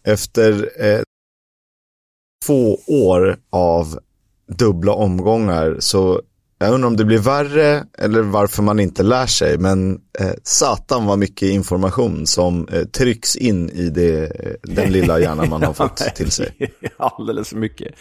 efter 2 år av dubbla omgångar, så jag undrar om det blir värre eller varför man inte lär sig, men satan var mycket information som trycks in i den lilla hjärnan man har fått till sig. Alldeles för mycket.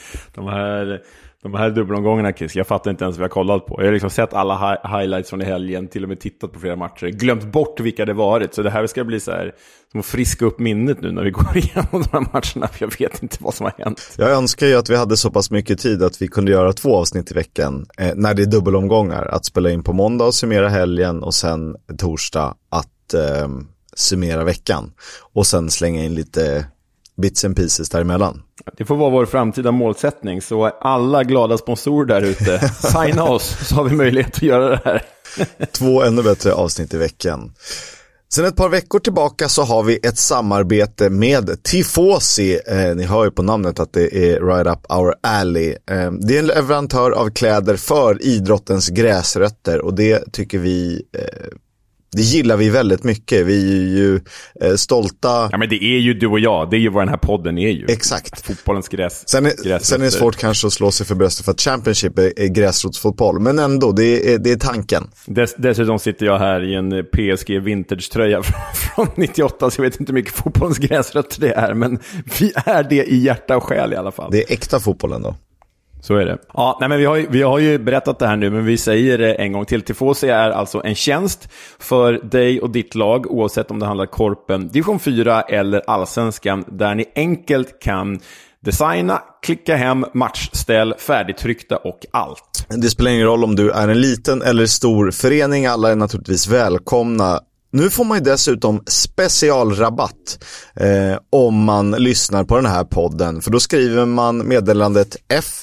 De här dubbelomgångarna, Kiss, jag fattar inte ens vad jag kollat på. Jag har liksom sett alla highlights från i helgen, till och med tittat på flera matcher, glömt bort vilka det varit. Så det här ska bli så här, som att friska upp minnet nu när vi går igenom de här matcherna, för jag vet inte vad som har hänt. Jag önskar ju att vi hade så pass mycket tid att vi kunde göra 2 avsnitt i veckan när det är dubbelomgångar. Att spela in på måndag och summera helgen, och sen torsdag att summera veckan. Och sen slänga in lite bits and pieces däremellan. Det får vara vår framtida målsättning, så alla glada sponsorer där ute, signa oss, så har vi möjlighet att göra det här. 2 ännu bättre avsnitt i veckan. Sen ett par veckor tillbaka så har vi ett samarbete med Tifosi. Ni hör ju på namnet att det är right up our alley. Det är en leverantör av kläder för idrottens gräsrötter, och det tycker vi... Det gillar vi väldigt mycket. Vi är ju stolta. Ja, men det är ju du och jag. Det är ju vad den här podden är ju. Exakt. Fotbollens Sen är det svårt kanske att slå sig för bröstet för att Championship är gräsrotsfotboll. Men ändå, det är tanken. Dessutom sitter jag här i en PSG vintage-tröja från 98. Så jag vet inte hur mycket fotbollens gräsrötter det är. Men vi är det i hjärta och själ i alla fall. Det är äkta fotbollen då. Så är det. Ja, nej, men vi har ju berättat det här nu, men vi säger det en gång till. Tifosi är alltså en tjänst för dig och ditt lag, oavsett om det handlar Korpen, Division 4 eller Allsvenskan, där ni enkelt kan designa, klicka hem matchställ, färdigtryckta och allt. Det spelar ingen roll om du är en liten eller stor förening, alla är naturligtvis välkomna. Nu får man ju dessutom specialrabatt om man lyssnar på den här podden. För då skriver man meddelandet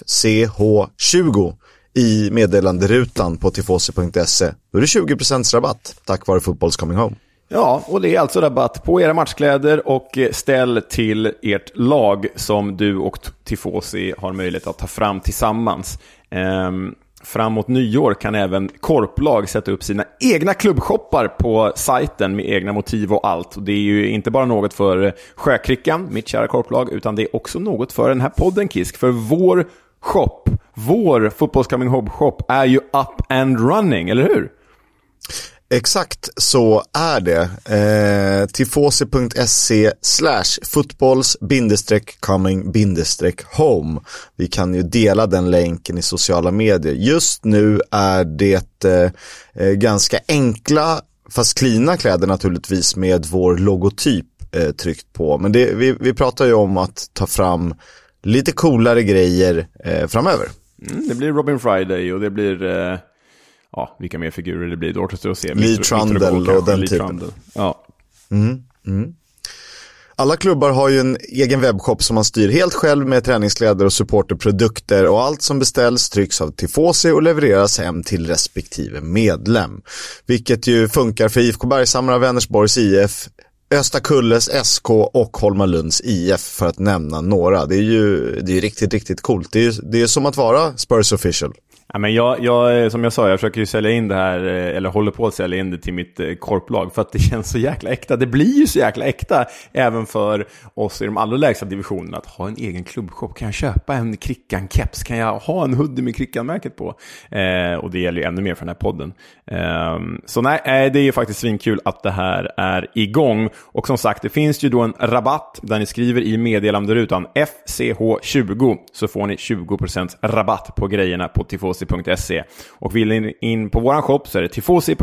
FCH20 i meddelanderutan på tifosi.se. Då är det 20% rabatt tack vare Football's Coming Home. Ja, och det är alltså rabatt på era matchkläder och ställ till ert lag som du och Tifosi har möjlighet att ta fram tillsammans. Framåt nyår kan även korplag sätta upp sina egna klubbshoppar på sajten med egna motiv och allt. Och det är ju inte bara något för Sjökrickan, mitt kära korplag, utan det är också något för den här podden, Kisk. För vår shop, vår Football's Coming Home shop är ju up and running, eller hur? Exakt så är det. tifosi.se/footballs-coming-home. Vi kan ju dela den länken i sociala medier. Just nu är det ganska enkla fast klina kläder naturligtvis med vår logotyp tryckt på. Men vi pratar ju om att ta fram lite coolare grejer framöver. Det blir Robin Friday och det blir... Ja, vilka mer figurer det blir. Det återstår att se. Lee Trundle och den typen. Ja. Alla klubbar har ju en egen webbshop som man styr helt själv med träningskläder och supporterprodukter, och allt som beställs trycks av Tifosi och levereras hem till respektive medlem. Vilket ju funkar för IFK Bergshamra, Vänersborgs IF, Östakulles SK och Holmalunds IF, för att nämna några. Det är ju riktigt, riktigt coolt. Det är som att vara Spurs official. Ja, men jag som jag sa, jag försöker ju sälja in det här, eller håller på att sälja in det till mitt korplag, för att det känns så jäkla äkta. Det blir ju så jäkla äkta även för oss i de allra lägsta divisionerna att ha en egen klubbshop. Kan jag köpa en Krickan-keps? Kan jag ha en hoodie med Krickan-märket på? Och det gäller ju ännu mer för den här podden. Så nej, det är ju faktiskt svinkul att det här är igång. Och som sagt, det finns ju då en rabatt där ni skriver i meddelanderutan FCH20, så får ni 20% rabatt på grejerna på tifosi.se. Och vill ni in på våran shop så är det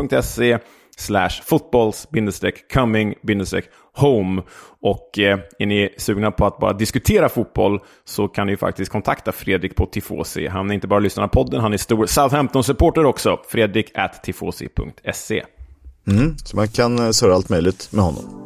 tifosi.se/footballs-coming-home. Och är ni sugna på att bara diskutera fotboll, så kan ni faktiskt kontakta Fredrik på Tifosi. Han är inte bara lyssnar på podden, han är stor Southampton-supporter också. Fredrik@tifosi.se. Så man kan surra allt möjligt med honom.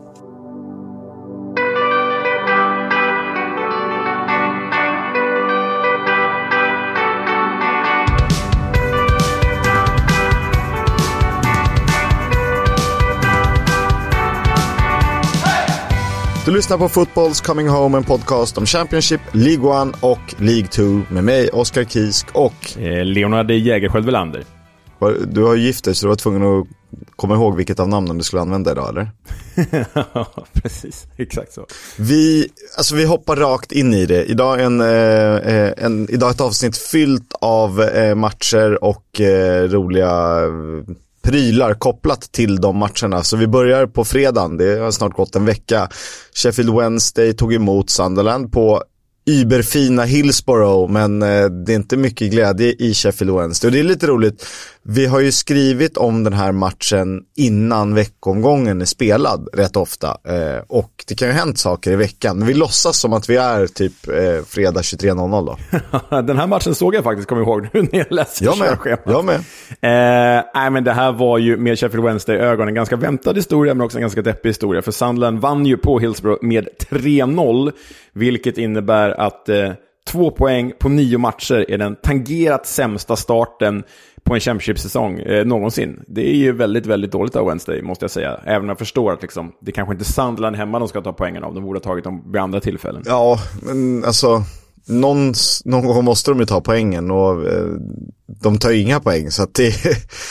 Du lyssnar på Football's Coming Home, en podcast om Championship, League 1 och League 2 med mig, Oskar Kisk och Leonard Jägerskiöld Welander. Du har gift dig så du var tvungen att komma ihåg vilket av namnen du skulle använda idag, eller? Ja, precis. Exakt så. Vi hoppar rakt in i det. Idag idag ett avsnitt fyllt av matcher och roliga prylar kopplat till de matcherna. Så vi börjar på fredagen. Det har snart gått en vecka. Sheffield Wednesday tog emot Sunderland på überfina Hillsborough, men det är inte mycket glädje i Sheffield Wednesday. Och det är lite roligt. Vi har ju skrivit om den här matchen innan veckomgången är spelad rätt ofta. Och det kan ju hänt saker i veckan. Men vi låtsas som att vi är typ fredag 23.00 då. Den här matchen såg jag faktiskt, kommer ihåg nu när jag läste körschemat. Jag med. Nej, men det här var ju med Sheffield Wednesday-ögon en ganska väntad historia, men också en ganska deppig historia. För Sunderland vann ju på Hillsborough med 3-0, vilket innebär att 2 poäng på 9 matcher är den tangerat sämsta starten på en Championship-säsong någonsin. Det är ju väldigt, väldigt dåligt av Wednesday, måste jag säga. Även om jag förstår att liksom, det kanske inte Sunderland hemma de ska ta poängen av. De borde ha tagit dem vid andra tillfällen. Ja, men alltså någon gång måste de ju ta poängen och de tar ju inga poäng, så att det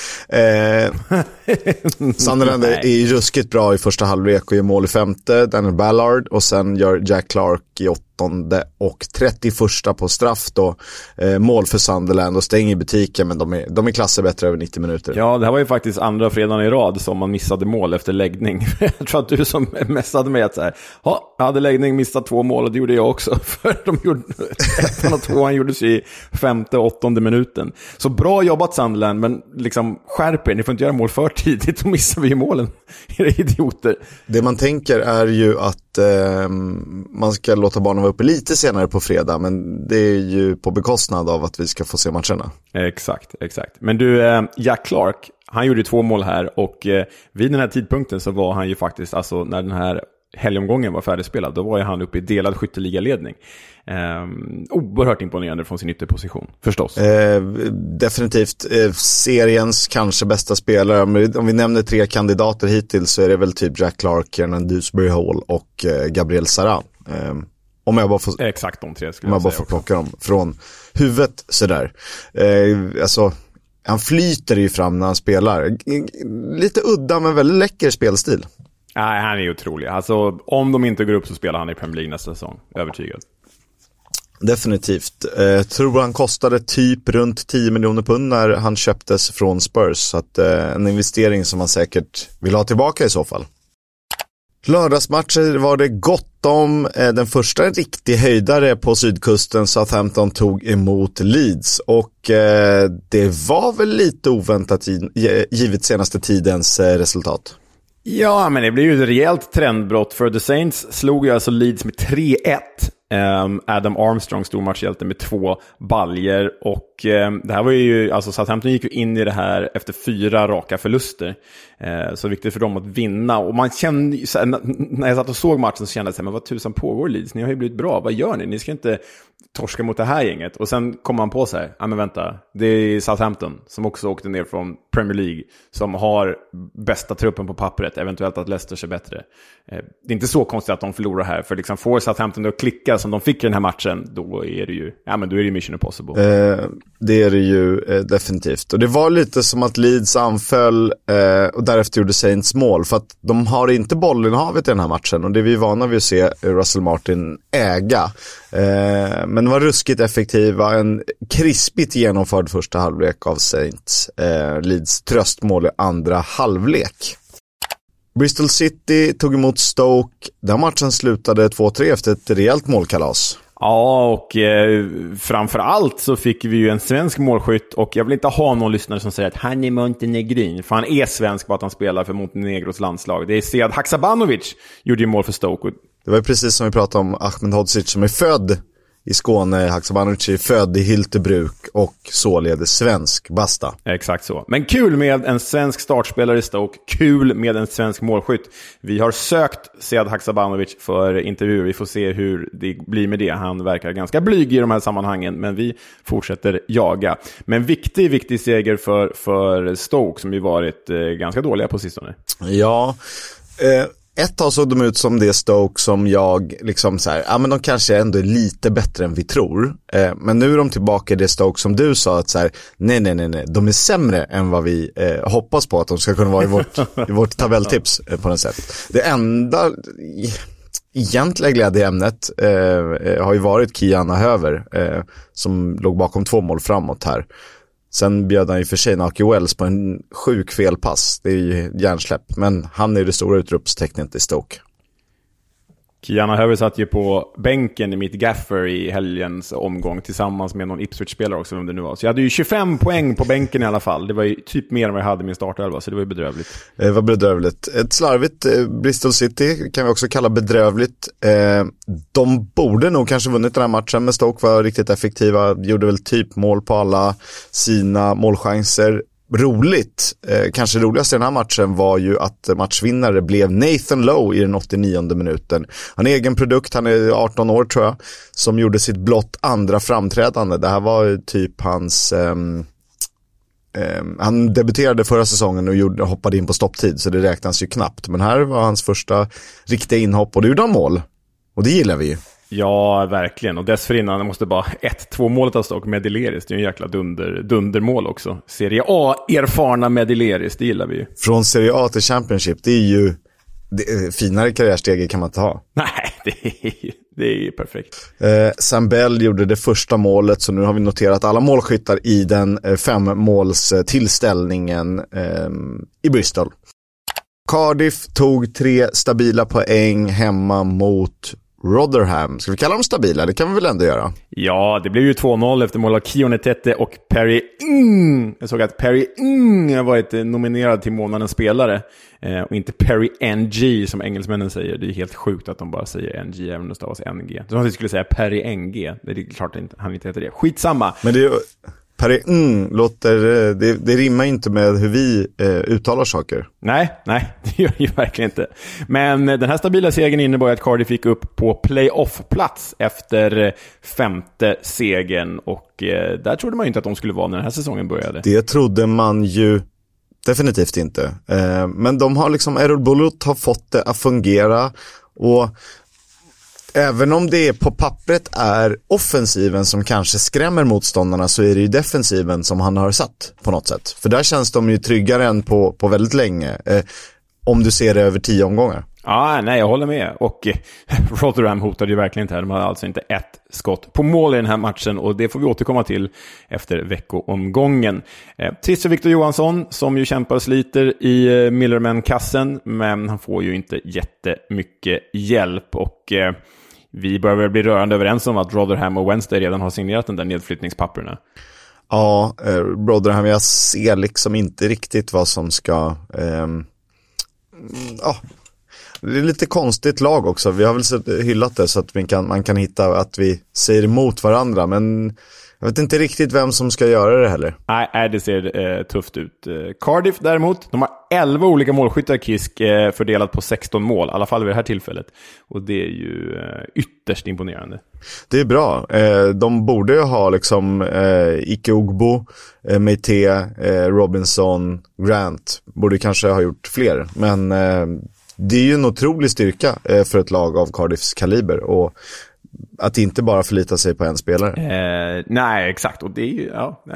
Sunderland är ju ruskigt bra i första halvlek och gör mål i 5:e, Daniel Ballard, och sen gör Jack Clark i 8:e och 31:a på straff då, mål för Sunderland och stänger butiken, men de är klasser bättre över 90 minuter. Ja, det här var ju faktiskt andra fredagen i rad som man missade mål efter läggning. Jag tror att du som messade mig att så här, jag hade läggning, missat 2 mål, och det gjorde jag också, för de gjorde 1 och 2 gjordes i 5:e och 8:e minuten. Så bra jobbat Sunderland, men liksom skärp er, ni får inte göra mål för tidigt, då missar vi ju målen. Era idioter. Det man tänker är ju att man ska låta barnen vara uppe lite senare på fredag, men det är ju på bekostnad av att vi ska få se matcherna. Exakt. Men du, Jack Clark, han gjorde 2 mål här, och vid den här tidpunkten så var han ju faktiskt, alltså när den här helgomgången var färdigspelad, då var ju han uppe i delad skytteligaledning. Oerhört imponerande från sin ytterposition, förstås. Definitivt seriens kanske bästa spelare. Om vi nämner 3 kandidater hittills så är det väl typ Jack Clark, Kiernan Dewsbury Hall och Gabriel Sara. Om jag bara får, exakt de 3 om jag bara får plocka dem från huvudet sådär. Alltså, han flyter ju fram när han spelar. Lite udda men väldigt läcker spelstil. Nej, han är ju otrolig. Alltså, om de inte går upp så spelar han i Premier League nästa säsong. Övertygad. Definitivt. Tror han kostade typ runt 10 miljoner pund när han köptes från Spurs. Så att, en investering som man säkert vill ha tillbaka i så fall. Lördagsmatcher var det gott om. Den första riktig höjdare på sydkusten, Southampton, tog emot Leeds. Och det var väl lite oväntat givet senaste tidens resultat. Ja, men det blev ju ett rejält trendbrott, för The Saints slog ju alltså Leeds med 3-1. Adam Armstrong, stormatchhjälte, med 2 baljer, och det här var ju, alltså Southampton gick ju in i det här efter 4 raka förluster, så viktigt för dem att vinna, och man kände ju, när jag satt och såg matchen så kände jag så här, men vad tusan pågår Leeds, ni har ju blivit bra, vad gör ni ska inte torska mot det här gänget. Och sen kom man på sig, men vänta, det är Southampton som också åkte ner från Premier League, som har bästa truppen på pappret, eventuellt att Leicester ser bättre. Det är inte så konstigt att de förlorar här, för liksom får Southampton att klicka som de fick i den här matchen, då är det ju, då är det ju mission impossible. Det är det ju definitivt. Och det var lite som att Leeds anföll och därefter gjorde Saints mål, för att de har inte bollinnehavet i den här matchen, och det är vi vana vid att se Russell Martin äga. Men var ruskigt effektiva, en krispigt genomförd första halvlek av Saints. Leeds tröstmål i andra halvlek. Bristol City tog emot Stoke. Den matchen slutade 2-3 efter ett rejält målkalas. Ja, och framförallt så fick vi ju en svensk målskytt, och jag vill inte ha någon lyssnare som säger att han är montenegrin, för han är svensk på att han spelar för Montenegros landslag. Det är Sead Haksabanovic, gjorde ju mål för Stoke. Det var ju precis som vi pratade om Ahmed Hodzic, som är född i Skåne. Haksabanovic är född i Hyltebruk och således svensk, basta. Exakt så. Men kul med en svensk startspelare i Stoke, kul med en svensk målskytt. Vi har sökt Sead Haksabanovic för intervjuer, vi får se hur det blir med det. Han verkar ganska blyg i de här sammanhangen, men vi fortsätter jaga. Men viktig seger för Stoke, som ju varit ganska dåliga på sistone. Ja, ett tag såg de ut som det Stoke som jag liksom så här, ja men de kanske ändå är lite bättre än vi tror. Men nu är de tillbaka i det Stoke som du sa att så här, nej, de är sämre än vad vi hoppas på att de ska kunna vara i vårt tabelltips på något sätt. Det enda egentliga glädjeämnet har ju varit Kiana Höver som låg bakom 2 mål framåt här. Sen bjöd han ju för sig Naki Wells på en sjuk felpass. Det är ju hjärnsläpp. Men han är det stora utropstecknet i Stoke. Kiana Höver satt ju på bänken i mitt gaffer i helgens omgång tillsammans med någon Ipswich-spelare också, om det nu var. Så jag hade ju 25 poäng på bänken i alla fall. Det var ju typ mer än vad jag hade i min startelva, så det var ju bedrövligt. Det var bedrövligt. Ett slarvigt Bristol City kan vi också kalla bedrövligt. De borde nog kanske vunnit den här matchen, men Stoke var riktigt effektiva. Gjorde väl typ mål på alla sina målchanser. Roligt, kanske roligast i den här matchen var ju att matchvinnare blev Nathan Lowe i den 89:e minuten. Han är egen produkt, han är 18 år tror jag, som gjorde sitt blott andra framträdande. Det här var typ hans han debuterade förra säsongen och hoppade in på stopptid, så det räknas ju knappt. Men här var hans första riktiga inhopp och det gjorde han mål. Och det gillar vi ju. Ja, verkligen. Och dessförinnan måste bara 1-2 målet av Stoke med Deleris. Det är ju en jäkla dundermål också. Serie A-erfarna med Deleris, det gillar vi ju. Från Serie A till Championship, det är ju finare karriärsteg kan man inte ha. Nej, det är ju perfekt. Sam Bell gjorde det första målet, så nu har vi noterat alla målskyttar i den 5-måls tillställningen i Bristol. Cardiff tog 3 stabila poäng hemma mot Rotherham. Ska vi kalla dem stabila? Det kan vi väl ändå göra? Ja, det blev ju 2-0 efter mål av Kionetete och Perry. Jag såg att Perry har varit nominerad till månadens spelare. Och inte Perry NG som engelsmännen säger. Det är helt sjukt att de bara säger NG även om det stavas NG. Så de skulle säga Perry NG. Det är klart att han inte heter det. Skitsamma. Men det är Perry låter, det rimmar inte med hur vi uttalar saker. Nej, det gör ju verkligen inte. Men den här stabila segern innebar att Cardiff fick upp på playoff-plats efter 5:e segern. Och där trodde man ju inte att de skulle vara när den här säsongen började. Det trodde man ju definitivt inte. Men de har liksom, Errol Bulut har fått det att fungera. Och även om det på pappret är offensiven som kanske skrämmer motståndarna, så är det ju defensiven som han har satt på något sätt. För där känns de ju tryggare än på väldigt länge. Om du ser det över 10 omgångar. Ja, nej, jag håller med. Och Rotherham hotade ju verkligen inte här. De hade alltså inte ett skott på mål i den här matchen. Och det får vi återkomma till efter veckoomgången. Trist för Victor Johansson som ju kämpar och sliter i Millerman-kassen. Men han får ju inte jättemycket hjälp. Och vi börjar väl bli rörande överens om att Rotherham och Wednesday redan har signerat den där nedflyttningspapperna. Ja, Rotherham, jag ser liksom inte riktigt vad som ska... Det är lite konstigt lag också. Vi har väl hyllat det så att man kan hitta att vi säger emot varandra. Men jag vet inte riktigt vem som ska göra det heller. Nej, det ser tufft ut. Cardiff däremot, de har 11 olika målskyttar, Kisk, fördelat på 16 mål. I alla fall vid det här tillfället. Och det är ju ytterst imponerande. Det är bra. De borde ju ha liksom Ike Ugbo, Meite, Robinson, Grant. Borde kanske ha gjort fler. Men det är ju en otrolig styrka för ett lag av Cardiffs kaliber. Och att inte bara förlita sig på en spelare. Nej, exakt. Och det är ju,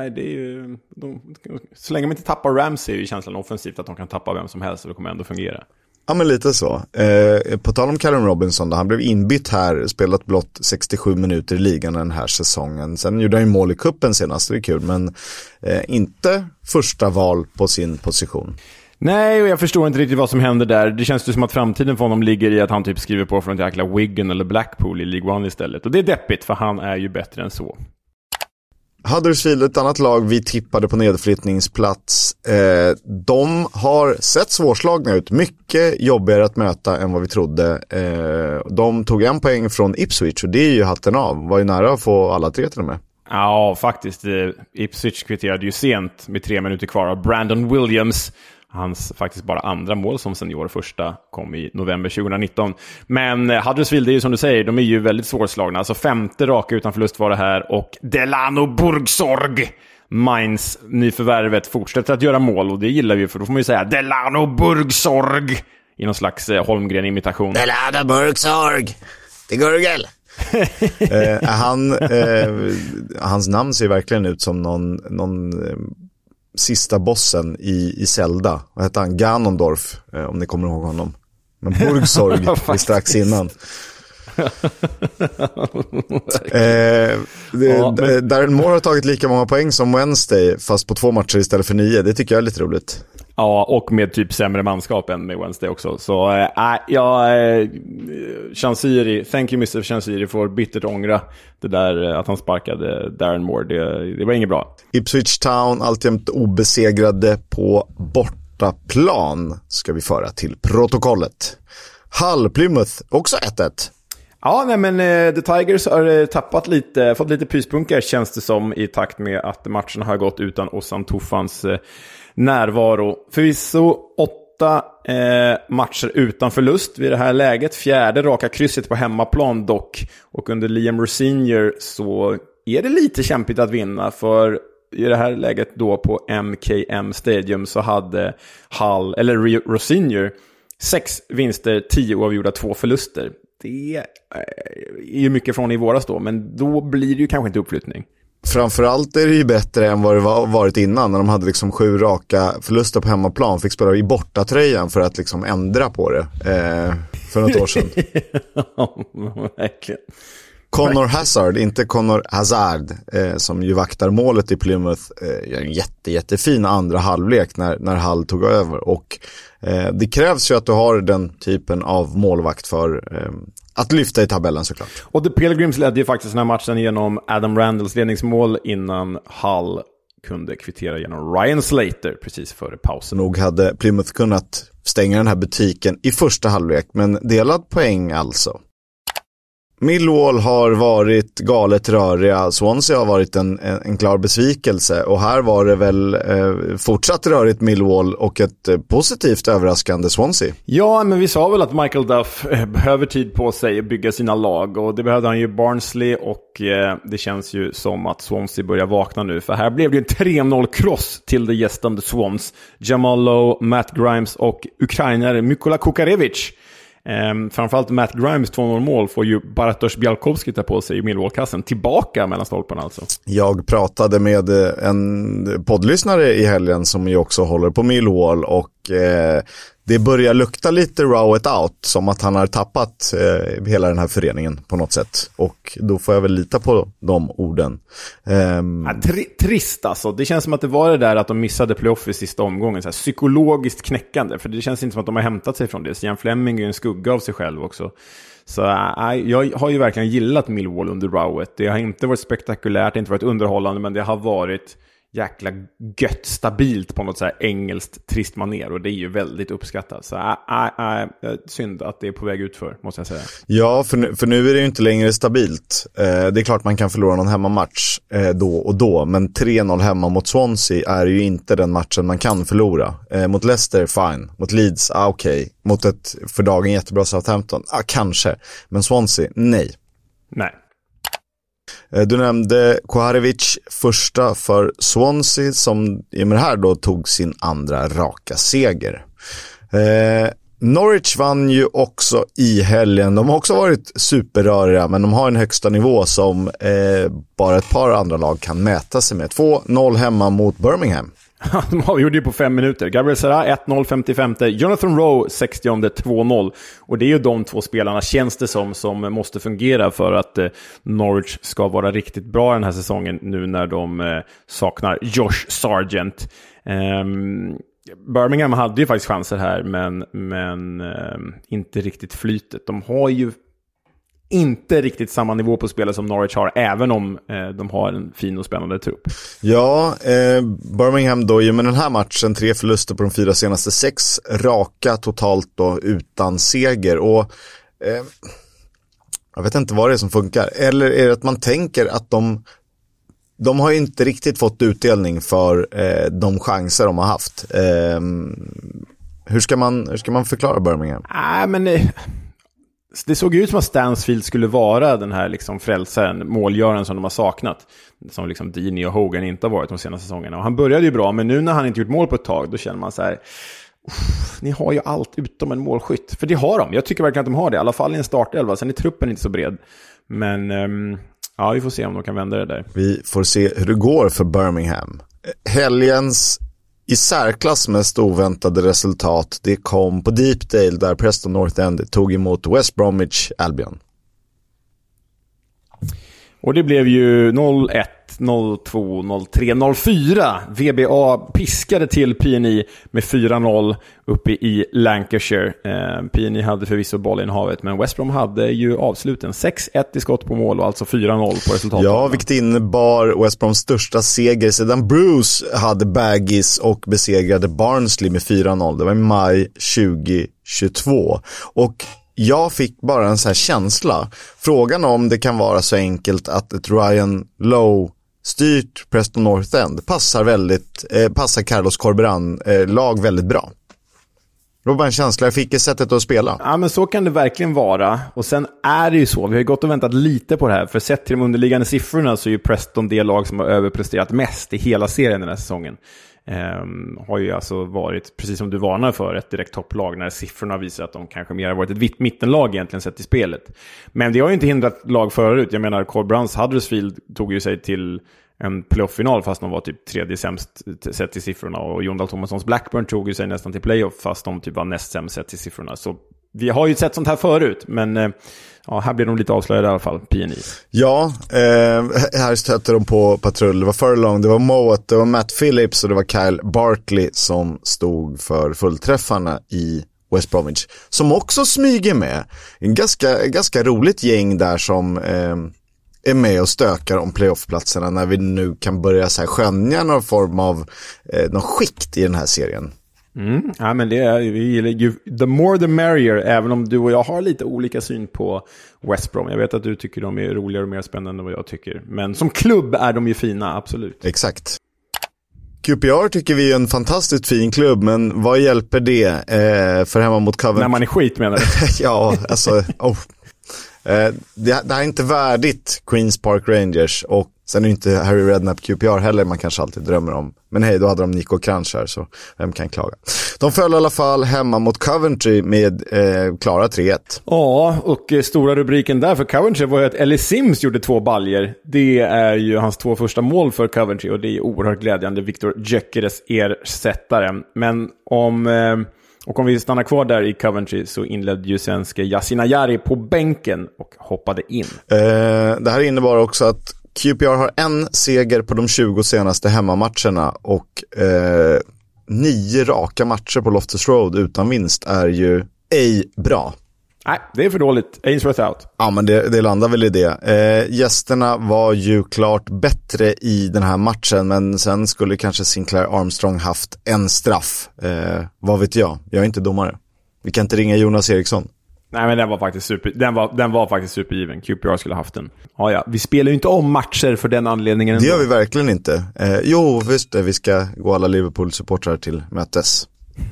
så länge man inte tappar Ramsey är ju känslan offensivt att de kan tappa vem som helst och det kommer ändå fungera. Ja, men lite så. På tal om Callum Robinson då, han blev inbytt här, spelat blott 67 minuter i ligan den här säsongen. Sen gjorde han ju mål i kuppen senast, det är kul, men inte första val på sin position. Nej, och jag förstår inte riktigt vad som händer där. Det känns ju som att framtiden för honom ligger i att han typ skriver på från ett jäkla Wigan eller Blackpool i League One istället. Och det är deppigt, för han är ju bättre än så. Huddersfield, ett annat lag vi tippade på nedflyttningsplats. De har sett svårslagna ut. Mycket jobbigare att möta än vad vi trodde. De tog 1 poäng från Ipswich och det är ju hatten av. Var ju nära att få alla 3 till och med. Ja, faktiskt. Ipswich kvitterade ju sent med 3 minuter kvar av Brandon Williams. Hans faktiskt bara andra mål som senior, första kom i november 2019. Men Huddersfield, det är ju som du säger, de är ju väldigt svårslagna. Alltså 5:e raka utan förlust var det här. Och Delano Burgsorg, Mainz nyförvärvet, fortsätter att göra mål. Och det gillar vi, för då får man ju säga Delano Burgsorg i någon slags Holmgren-imitation. Belada Burksorg till Gurgel. Hans namn ser verkligen ut som någon sista bossen i Zelda. Vad heter han? Ganondorf, om ni kommer ihåg honom. Men Burgsorg är strax innan. Darren Moore har tagit lika många poäng som Wednesday, fast på 2 matcher istället för 9. Det tycker jag är lite roligt. Ja, och med typ sämre manskap än med Wednesday också. Så Chansiri, thank you Mr. Chansiri, får bittert ångra det där att han sparkade Darren Moore. Det var inget bra. Ipswich Town alltjämt obesegrade på bortaplan, ska vi föra till protokollet. Hull Plymouth också 1-1. Ja, nej, men The Tigers har fått lite pyspunkar, känns det som, i takt med att matcherna har gått utan Ozan Tufans närvaro. Förvisso 8 matcher utan förlust vid det här läget. 4:e raka krysset på hemmaplan dock. Och under Liam Rosenior så är det lite kämpigt att vinna, för i det här läget då på MKM Stadium så hade Rosenior 6 vinster, 10 oavgjorda, 2 förluster. Det är ju mycket från i våras då, men då blir det ju kanske inte uppflyttning. Framförallt är det ju bättre än vad det varit innan, när de hade liksom 7 raka förluster på hemmaplan, fick spela i bortatröjan för att liksom ändra på det för något år sedan. Ja, verkligen. Connor Hazard, inte Connor Hazard, som ju vaktar målet i Plymouth, gör en jättefin andra halvlek när Hull tog över. Och det krävs ju att du har den typen av målvakt för att lyfta i tabellen, såklart. Och The Pilgrims ledde ju faktiskt den här matchen genom Adam Randalls ledningsmål innan Hull kunde kvittera genom Ryan Slater precis före pausen. Nog hade Plymouth kunnat stänga den här butiken i första halvlek, men delad poäng alltså. Millwall har varit galet röriga, Swansea har varit en klar besvikelse, och här var det väl fortsatt rörigt Millwall och ett positivt överraskande Swansea. Ja, men vi sa väl att Michael Duff behöver tid på sig att bygga sina lag, och det behövde han ju Barnsley, och det känns ju som att Swansea börjar vakna nu, för här blev det en 3-0-kross till det gästande Swans. Jamal Lowe, Matt Grimes och ukrainare Mykola Kukarevic. Framförallt Matt Grimes 2-0-mål får ju Bartosz Bialkowski ta på sig i Millwall-kassen, tillbaka mellan stolparna alltså. Jag pratade med en poddlyssnare i helgen som ju också håller på Millwall, och det börjar lukta lite raw it out, som att han har tappat hela den här föreningen på något sätt, och då får jag väl lita på de orden. Trist alltså, det känns som att det var det där att de missade playoff i sista omgången, så här psykologiskt knäckande, för det känns inte som att de har hämtat sig från det. Stian Fleming är ju en skugga av sig själv också. Så jag har ju verkligen gillat Millwall under rowet. Det har inte varit spektakulärt, det har inte varit underhållande, men det har varit jäkla gött stabilt på något så här engelskt trist maner, och det är ju väldigt uppskattat. Så synd att det är på väg ut för, måste jag säga. Ja, för nu är det ju inte längre stabilt. Det är klart man kan förlora någon hemmamatch då och då, men 3-0 hemma mot Swansea är ju inte den matchen man kan förlora. Mot Leicester, fine. Mot Leeds, okej. Mot ett för dagen jättebra Southampton, kanske. Men Swansea, nej. Nej. Du nämnde Kuharevic, första för Swansea, som i med det här då tog sin andra raka seger. Norwich vann ju också i helgen. De har också varit superröriga, men de har en högsta nivå som bara ett par andra lag kan mäta sig med. 2-0 hemma mot Birmingham. De avgjorde ju på 5 minuter. Gabriel Sara 1-0 55. Jonathan Rowe 60 2-0. Och det är ju de 2 spelarna, känns det som måste fungera för att Norwich ska vara riktigt bra den här säsongen, nu när de saknar Josh Sargent. Birmingham hade ju faktiskt chanser här, men inte riktigt flytet. De har ju inte riktigt samma nivå på spelet som Norwich har, även om de har en fin och spännande trupp. Ja, Birmingham då ju med den här matchen 3 förluster på de 4 senaste, 6 raka totalt då utan seger, och jag vet inte vad det är som funkar. Eller är det att man tänker att de har inte riktigt fått utdelning för de chanser de har haft. Hur ska man förklara Birmingham? Men det såg ut som att Stansfield skulle vara den här liksom frälsaren, målgöraren som de har saknat, som liksom Dini och Hogan inte har varit de senaste säsongerna. Och han började ju bra, men nu när han inte gjort mål på ett tag, då känner man så här, ni har ju allt utom en målskytt. För det har de. Jag tycker verkligen att de har det. I alla fall i en startelva. Sen är truppen inte så bred. Men ja, vi får se om de kan vända det där. Vi får se hur det går för Birmingham. Helgens i särklass mest oväntade resultat, det kom på Deepdale där Preston North End tog emot West Bromwich Albion. Och det blev ju 0-1, 0-2, 0-3, 0-4. VBA piskade till PNI med 4-0 uppe i Lancashire. PNI hade förvisso bollen i havet, men West Brom hade ju avsluten. 6-1 i skott på mål och alltså 4-0 på resultatet. Ja, vilket innebar West Broms största seger sedan Bruce hade Baggies och besegrade Barnsley med 4-0. Det var i maj 2022. Och jag fick bara en så här känsla. Frågan om det kan vara så enkelt att ett Ryan Lowe-styrt Preston North End passar Carlos Corberan lag väldigt bra. Det var bara en känsla jag fick i sättet att spela. Ja, men så kan det verkligen vara. Och sen är det ju så. Vi har ju gått och väntat lite på det här. För sett till de underliggande siffrorna så är ju Preston det lag som har överpresterat mest i hela serien den här säsongen. Har ju alltså varit, precis som du varnar för, ett direkt topplag när siffrorna visar att de kanske mer har varit ett vitt mittenlag egentligen sett i spelet. Men det har ju inte hindrat lag förut. Jag menar, Corberans Huddersfield tog ju sig till en playoff-final fast de var typ tredje sämst sett i siffrorna, och Jon Dahl Tomassons Blackburn tog ju sig nästan till playoff fast de typ var näst sämst sett i siffrorna. Så vi har ju sett sånt här förut, men ja, här blir de lite avslöjade i alla fall, PNI. Ja, här stötte de på patrull. Det var Furlong, det var Mowat, det var Matt Phillips och det var Kyle Barkley som stod för fullträffarna i West Bromwich. Som också smyger med. En ganska roligt gäng där som är med och stökar om playoffplatserna när vi nu kan börja så här skönja någon form av någon skikt i den här serien. Ja, men det är, vi gillar ju the more the merrier, även om du och jag har lite olika syn på West Brom. Jag vet att du tycker de är roligare och mer spännande än vad jag tycker. Men som klubb är de ju fina, absolut. Exakt. QPR tycker vi är en fantastiskt fin klubb, men vad hjälper det för hemma mot Coventry? När man är skit, menar du? Ja, alltså... Det här är inte värdigt Queens Park Rangers, och sen är inte Harry Redknapp QPR heller man kanske alltid drömmer om. Men hej, då hade de Nico Kranch här, så vem kan klaga? De föll i alla fall hemma mot Coventry med klara 3-1. Ja, och stora rubriken där för Coventry var ju att Ellie Sims gjorde 2 baljer. Det är ju hans 2 första mål för Coventry, och det är oerhört glädjande. Victor Gyökeres ersättare. Men om vi stannar kvar där i Coventry så inledde ju svenska Yasin Ayari på bänken och hoppade in. Det här innebar också att QPR har en seger på de 20 senaste hemmamatcherna, och 9 raka matcher på Loftus Road utan vinst är ju ej bra. Nej, det är för dåligt. Ainsworth out. Ja, men det landar väl i det. Gästerna var ju klart bättre i den här matchen, men sen skulle kanske Sinclair Armstrong haft en straff. Vad vet jag? Jag är inte domare. Vi kan inte ringa Jonas Eriksson. Nej, men den var faktiskt supergiven. QPR skulle haft den. Ja, vi spelar ju inte om matcher för den anledningen. Det gör vi verkligen inte. Jo, visst det. Vi ska gå alla Liverpool-supportrar till mötes.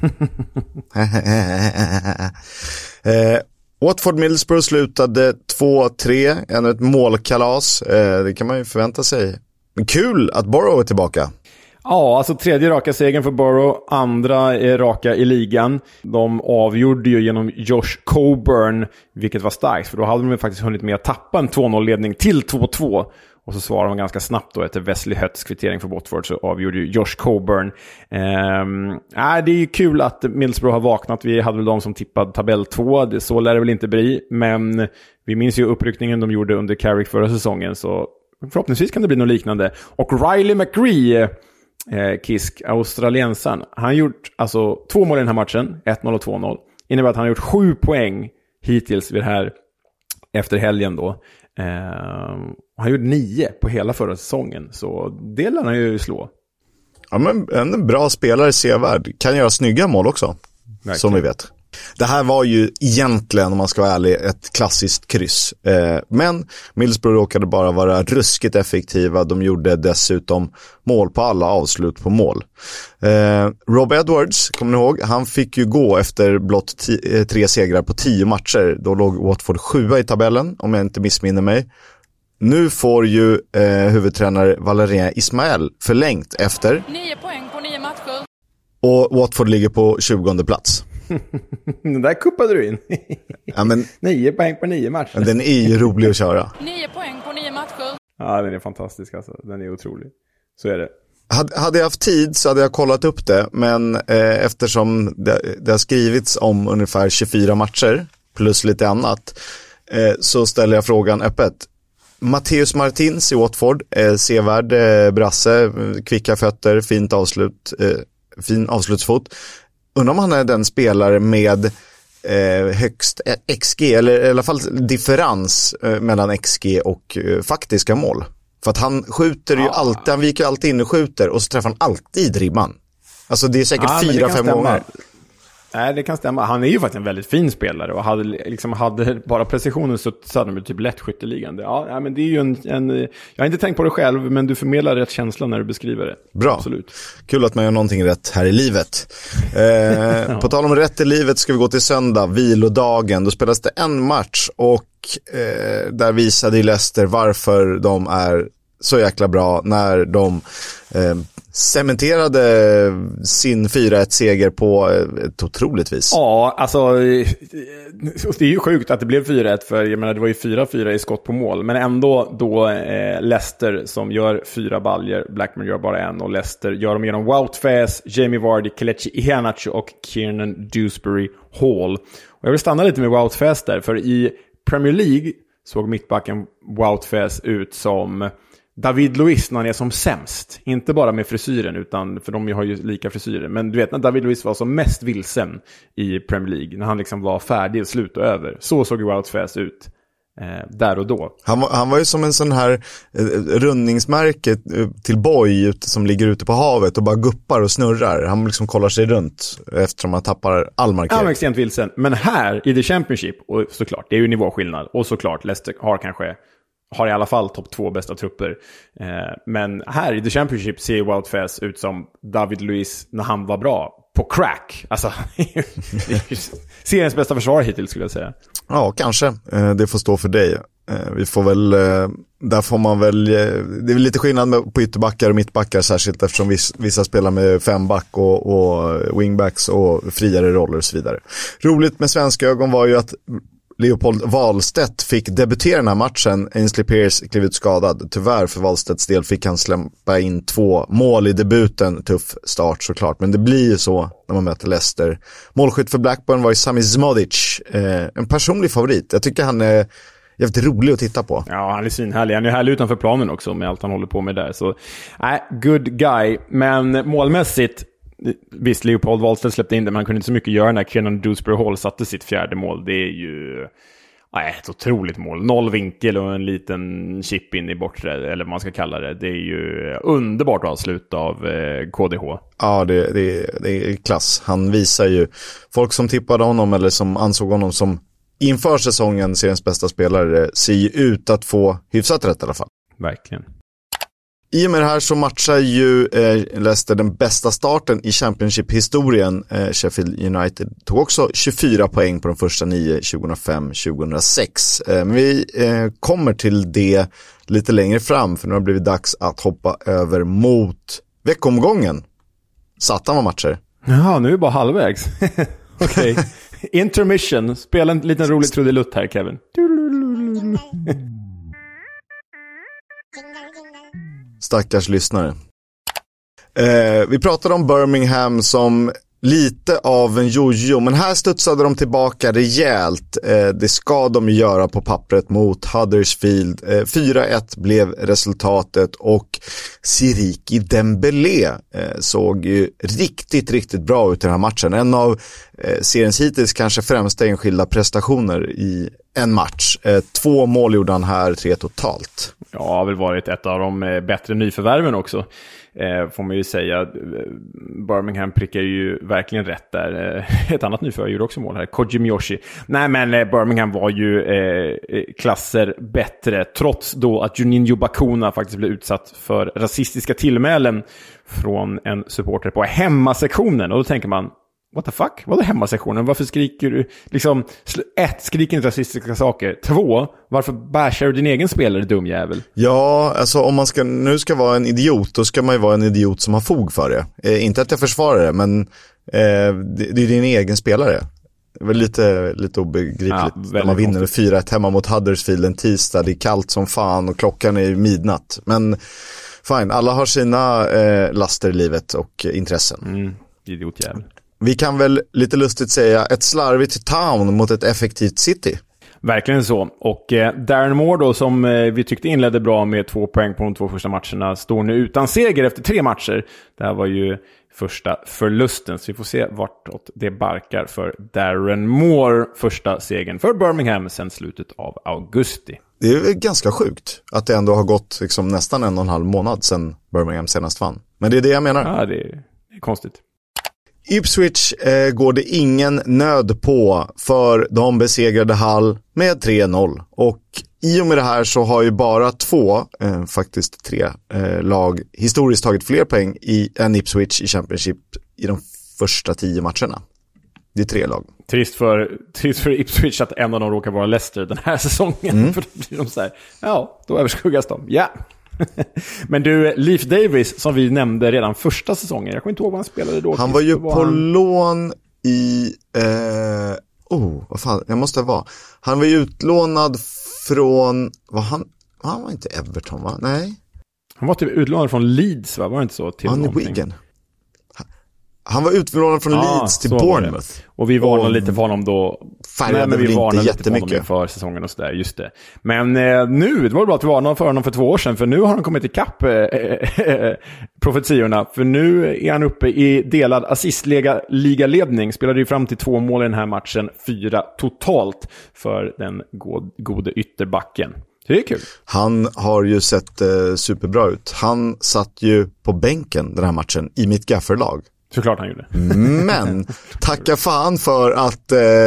Watford Middlesbrough slutade 2-3, ännu ett målkalas. Det kan man ju förvänta sig. Men kul att Borough är tillbaka. Ja, alltså 3:e raka segern för Borough, 2:a raka i ligan. De avgjorde ju genom Josh Coburn, vilket var starkt, för då hade de faktiskt hunnit med att tappa en 2-0-ledning till 2-2. Och så svarade de ganska snabbt då efter Wesley Hötts kvittering för Watford, så avgjorde ju Josh Coburn. Det är ju kul att Middlesbrough har vaknat. Vi hade väl de som tippade tabell 2, så lär det väl inte bli. Men vi minns ju uppryckningen de gjorde under Carrick förra säsongen, så förhoppningsvis kan det bli något liknande. Och Riley McGree, Kisk, australiensaren, han har gjort alltså 2 mål i den här matchen, 1-0 och 2-0. Innebär att han har gjort 7 poäng hittills vid det här efter helgen då. Han gjorde 9 på hela förra säsongen, så det lär han ju slå. Ja, men en bra spelare, sevärd. Kan göra snygga mål också. Verkligen. Som vi vet. Det här var ju egentligen, om man ska vara ärlig, ett klassiskt kryss. Men Middlesbrough råkade bara vara ruskigt effektiva. De gjorde dessutom mål på alla avslut på mål. Rob Edwards, kommer ni ihåg? Han fick ju gå efter blott 3 segrar på 10 matcher. Då låg Watford 7 i tabellen, om jag inte missminner mig. Nu får ju huvudtränare Valérien Ismaël förlängt efter 9 poäng på 9 matcher. Och Watford ligger på 20:e plats. Den där kuppade du in. Ja, men 9 poäng på 9 matcher. Den är ju rolig att köra. 9 poäng på 9 matcher. Ja, den är fantastisk alltså. Den är otrolig. Så är det. Hade jag haft tid så hade jag kollat upp det, men eftersom det har skrivits om ungefär 24 matcher plus lite annat, så ställer jag frågan öppet. Matteus Martins i Watford, sevärd brasse, kvicka fötter, fin avslutsfot. Undrar om han är den spelare med högst XG, eller i alla fall differens mellan XG och faktiska mål. För att han skjuter ju alltid, han viker alltid in och skjuter och så träffar han alltid ribban. Alltså det är säkert 4-5 gånger. Nej, det kan stämma. Han är ju faktiskt en väldigt fin spelare och hade bara precisionen så hade de ju typ lätt skytteligan. Ja, men det är ju en jag har inte tänkt på det själv, men du förmedlar rätt känsla när du beskriver det. Bra. Absolut. Kul att man gör någonting rätt här i livet. På tal om rätt i livet ska vi gå till söndag, vilodagen. Då spelas det en match och där visade Leicester varför de är så jäkla bra när de cementerade sin 4-1-seger på ett otroligt vis. Ja, alltså det är ju sjukt att det blev 4-1, för jag menar det var ju 4-4 i skott på mål, men ändå då Leicester som gör 4 baljer, Blackburn gör bara en, och Leicester gör dem genom Wout Faes, Jamie Vardy, Kelechi Iheanacho och Kiernan Dewsbury Hall. Och jag vill stanna lite med Wout Faes där, för i Premier League såg mittbacken Wout Faes ut som David Luiz när han är som sämst. Inte bara med frisyren, utan för de har ju lika frisyrer. Men du vet, när David Luiz var som mest vilsen i Premier League, när han liksom var färdig och slut och över, så såg ju Wout Faes ut där och då. Han var ju som en sån här rundningsmärke till boj som ligger ute på havet och bara guppar och snurrar. Han liksom kollar sig runt eftersom han tappar all markering. Han var extremt vilsen. Men här i The Championship, och såklart, det är ju nivåskillnad, och såklart Leicester har i alla fall topp 2 bästa trupper. Men här i The Championship ser Wout Faes ut som David Luiz när han var bra. På crack. Alltså, seriens bästa försvar hittills skulle jag säga. Ja, kanske. Det får stå för dig. Vi får väl, där får man väl, det är lite skillnad på ytterbackar och mittbackar, särskilt eftersom vissa spelar med 5-back och wingbacks och friare roller och så vidare. Roligt med svenska ögon var ju att Leopold Wahlstedt fick debutera den här matchen. Ainsley Pearce klev ut skadad. Tyvärr för Wahlstedts del fick han släppa in 2 mål i debuten. Tuff start såklart, men det blir ju så när man möter Leicester. Målskytt för Blackburn var ju Sami Zmodic. En personlig favorit. Jag tycker han är jävligt rolig att titta på. Ja, han är svinhärlig. Han är härlig utanför planen också med allt han håller på med där. Så, good guy. Men målmässigt, visst, Leopold Wahlstedt släppte in det, men han kunde inte så mycket göra när Kiernan Dewsbury Hall satte sitt 4:e mål. Det är ju ett otroligt mål. 0 vinkel och en liten chip in i bortre, eller vad man ska kalla det. Det är ju underbart avslut av KDH. Ja, det är klass. Han visar ju folk som tippade honom eller som ansåg honom som inför säsongen seriens bästa spelare, ser ju ut att få hyfsat rätt i alla fall. Verkligen. I och med det här så matchar ju Leicester den bästa starten i Championship-historien. Sheffield United tog också 24 poäng på de första 9, 2005-2006. Men vi kommer till det lite längre fram, för nu har det blivit dags att hoppa över mot veckomgången. Satan var matcher. Ja, nu är vi bara halvvägs. Okej. Intermission. Spela en liten rolig trudelutt här, Kevin. Stackars lyssnare. Vi pratade om Birmingham som lite av en jojo, men här studsade de tillbaka rejält. Det ska de göra på pappret mot Huddersfield. 4-1 blev resultatet och Siriki Dembélé såg ju riktigt bra ut i den här matchen. En av seriens hittills kanske främsta enskilda prestationer i en match. 2 mål gjorde han här, 3 totalt. Ja, har väl varit ett av de bättre nyförvärven också. Får man ju säga. Birmingham prickar ju verkligen rätt där. Ett annat nyförvärv gjorde också mål här, Koji Miyoshi. Nej, men Birmingham var ju klasser bättre, trots då att Juninho Bacuna faktiskt blev utsatt för rasistiska tillmälen från en supporter på hemmasektionen. Och då tänker man, what the fuck? Vad är hemmasektionen? Varför skriker du liksom, skriker inte rasistiska saker. 2, varför bashar du din egen spelare, dum jävel? Ja, alltså om man ska vara en idiot, då ska man ju vara en idiot som har fog för det. Inte att jag försvarar det, men det är din egen spelare. Det var lite obegripligt när man vinner 4-1 hemma mot Huddersfield en tisdag. Det är kallt som fan och klockan är midnatt. Men fine, alla har sina laster i livet och intressen. Idiotjävel. Vi kan väl lite lustigt säga ett slarvigt Town mot ett effektivt City. Verkligen så. Och Darren Moore då, som vi tyckte inledde bra med 2 poäng på de 2 första matcherna, står nu utan seger efter 3 matcher. Det här var ju första förlusten, så vi får se vartåt det barkar för Darren Moore. Första segern för Birmingham sedan slutet av augusti. Det är ganska sjukt att det ändå har gått liksom nästan 1,5 månad sedan Birmingham senast vann. Men det är det jag menar. Ja, det är konstigt. Ipswich går det ingen nöd på, för de besegrade Hull med 3-0. Och i och med det här så har ju bara 2, faktiskt 3 lag historiskt tagit fler poäng än Ipswich i Championship i de första 10 matcherna. Det är 3 lag. Trist för Ipswich att en av dem råkar vara Leicester den här säsongen. För då blir de så här, ja, då överskuggas de. Ja. Men du, Leif Davis, som vi nämnde redan första säsongen, jag kommer inte ihåg vad han spelade då. Han var ju på lån i vad fan, jag måste vara. Han var ju utlånad från, han var inte Everton, va? Nej. Han var typ utlånad från Leeds, va? Var det inte så? Till Wigan. Han var utlånad från Leeds till Bournemouth. Och vi varnade lite för honom då. Men vi varnade lite för honom för säsongen och sådär, just det. Men nu, det var bra att vi varnade för honom för 2 år sedan, för nu har han kommit ikapp profetiorna. För nu är han uppe i delad assistligaledning. Spelade ju fram till 2 mål i den här matchen, 4 totalt för den gode ytterbacken. Det är kul. Han har ju sett superbra ut. Han satt ju på bänken den här matchen i mitt gafferlag. Såklart han gjorde. Men tacka fan för att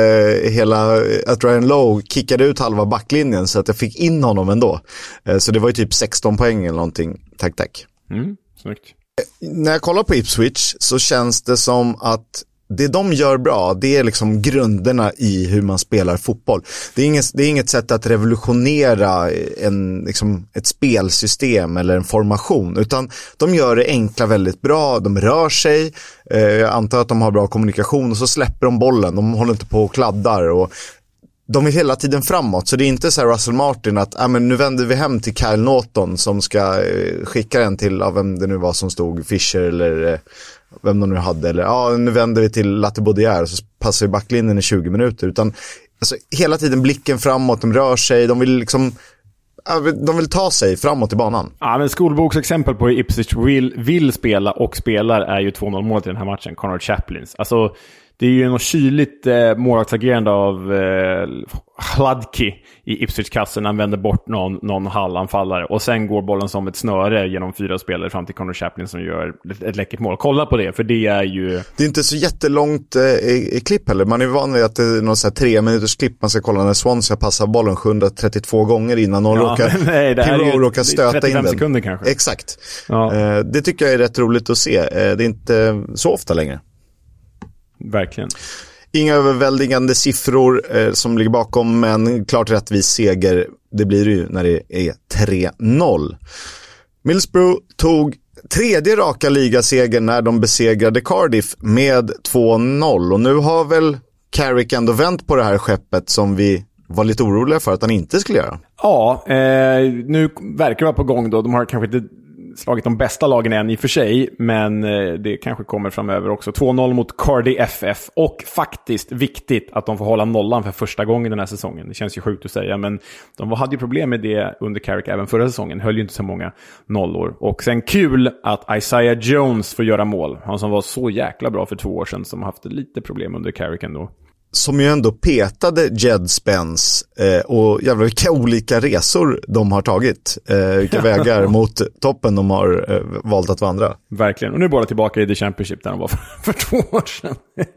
att Ryan Lowe kickade ut halva backlinjen så att jag fick in honom ändå. Så det var ju typ 16 poäng eller någonting. Tack. Snyggt. När jag kollar på Ipswich så känns det som att det de gör bra, det är liksom grunderna i hur man spelar fotboll. Det är inget sätt att revolutionera ett spelsystem eller en formation, utan de gör det enkla väldigt bra. De rör sig, jag antar att de har bra kommunikation, och så släpper de bollen. De håller inte på och kladdar, och de är hela tiden framåt. Så det är inte så här Russell Martin att men nu vänder vi hem till Kyle Norton som ska skicka den till vem det nu var som stod, Fischer eller vem de nu hade, eller nu vänder vi till Latte Baudière och så passar vi backlinjen i 20 minuter. Utan alltså, hela tiden blicken framåt, de rör sig, de vill ta sig framåt i banan. Ja, men skolboksexempel på hur Ipswich vill spela och spelar är ju 2-0 målet i den här matchen, Connor Chaplins. Alltså, det är ju något kyligt målvaktsagerande av Hladky i Ipswich-kassen när han vänder bort någon hallanfallare, och sen går bollen som ett snöre genom 4 spelare fram till Connor Chaplin som gör ett läckert mål. Kolla på det, för det är ju... Det är inte så jättelångt i klipp heller. Man är van vid att det är någon så här 3 minuters klipp man ska kolla när Swansea passar bollen 732 gånger innan någon råkar stöta 35 in den. Sekunder kanske. Exakt. Ja. Det tycker jag är rätt roligt att se. Det är inte så ofta längre. Verkligen. Inga överväldigande siffror som ligger bakom, men klart rättvis seger. Det blir det ju när det är 3-0. Middlesbrough tog 3:e raka ligaseger när de besegrade Cardiff med 2-0. Och nu har väl Carrick ändå vänt på det här skeppet som vi var lite oroliga för att han inte skulle göra. Ja, nu verkar det vara på gång då. De har kanske inte slagit de bästa lagen än i och för sig, men det kanske kommer framöver också. 2-0 mot Cardiff FF, och faktiskt viktigt att de får hålla nollan för första gången den här säsongen. Det känns ju sjukt att säga, men de hade ju problem med det under Carrick även förra säsongen. Höll ju inte så många nollor. Och sen kul att Isaiah Jones får göra mål. Han som var så jäkla bra för 2 år sedan, som haft lite problem under Carrick ändå. Som ju ändå petade Jed Spence och jävlar vilka olika resor de har tagit. Vilka vägar mot toppen de har valt att vandra. Verkligen, och nu är båda tillbaka i The Championship där de var för 2 år sedan.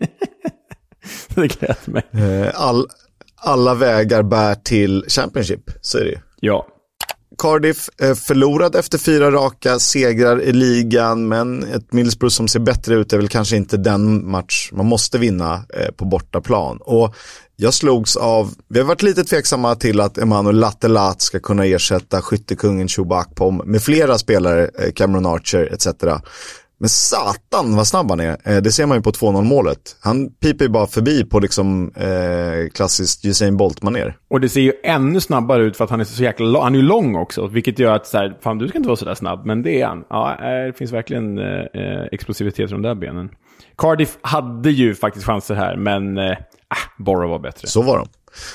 Det gläder mig. Alla vägar bär till Championship, så är det ju. Ja. Cardiff förlorade efter 4 raka segrar i ligan, men ett Middlesbrough som ser bättre ut är väl kanske inte den match man måste vinna på bortaplan. Och jag slogs av, vi har varit lite tveksamma till att Emmanuel Lattelat ska kunna ersätta skyttekungen Chuba Akpom med flera spelare, Cameron Archer etc. Men satan vad snabb han är. Det ser man ju på 2-0 målet. Han piper ju bara förbi på liksom klassiskt Usain Bolt-manér. Och det ser ju ännu snabbare ut för att han är så jäkla han är ju lång också, vilket gör att så här, fan du ska inte vara så där snabb, men det är han. Ja, det finns verkligen explosivitet i de där benen. Cardiff hade ju faktiskt chanser här, men Borough var bättre. Så var de.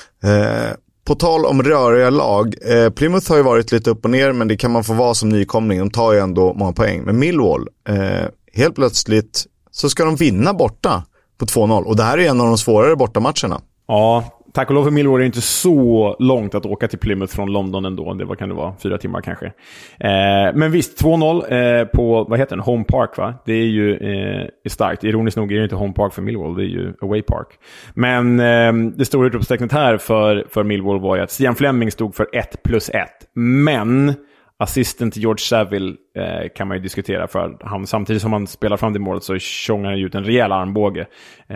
På tal om röriga lag, Plymouth har ju varit lite upp och ner, men det kan man få vara som nykomling. De tar ju ändå många poäng. Men Millwall, helt plötsligt så ska de vinna borta på 2-0. Och det här är en av de svårare bortamatcherna. Ja, tack och lov för Millwall är det inte så långt att åka till Plymouth från London ändå. Det kan det vara, 4 timmar kanske. Men visst, 2-0 på, vad heter den? Home Park, va? Det är ju starkt. Ironiskt nog är det inte Home Park för Millwall, det är ju Away Park. Men det stora utropstecknet här för Millwall var ju att Stian Fleming stod för 1+1. Men assisten till George Saville kan man ju diskutera, för han, samtidigt som han spelar fram det målet så tjongar han ut en rejäl armbåge.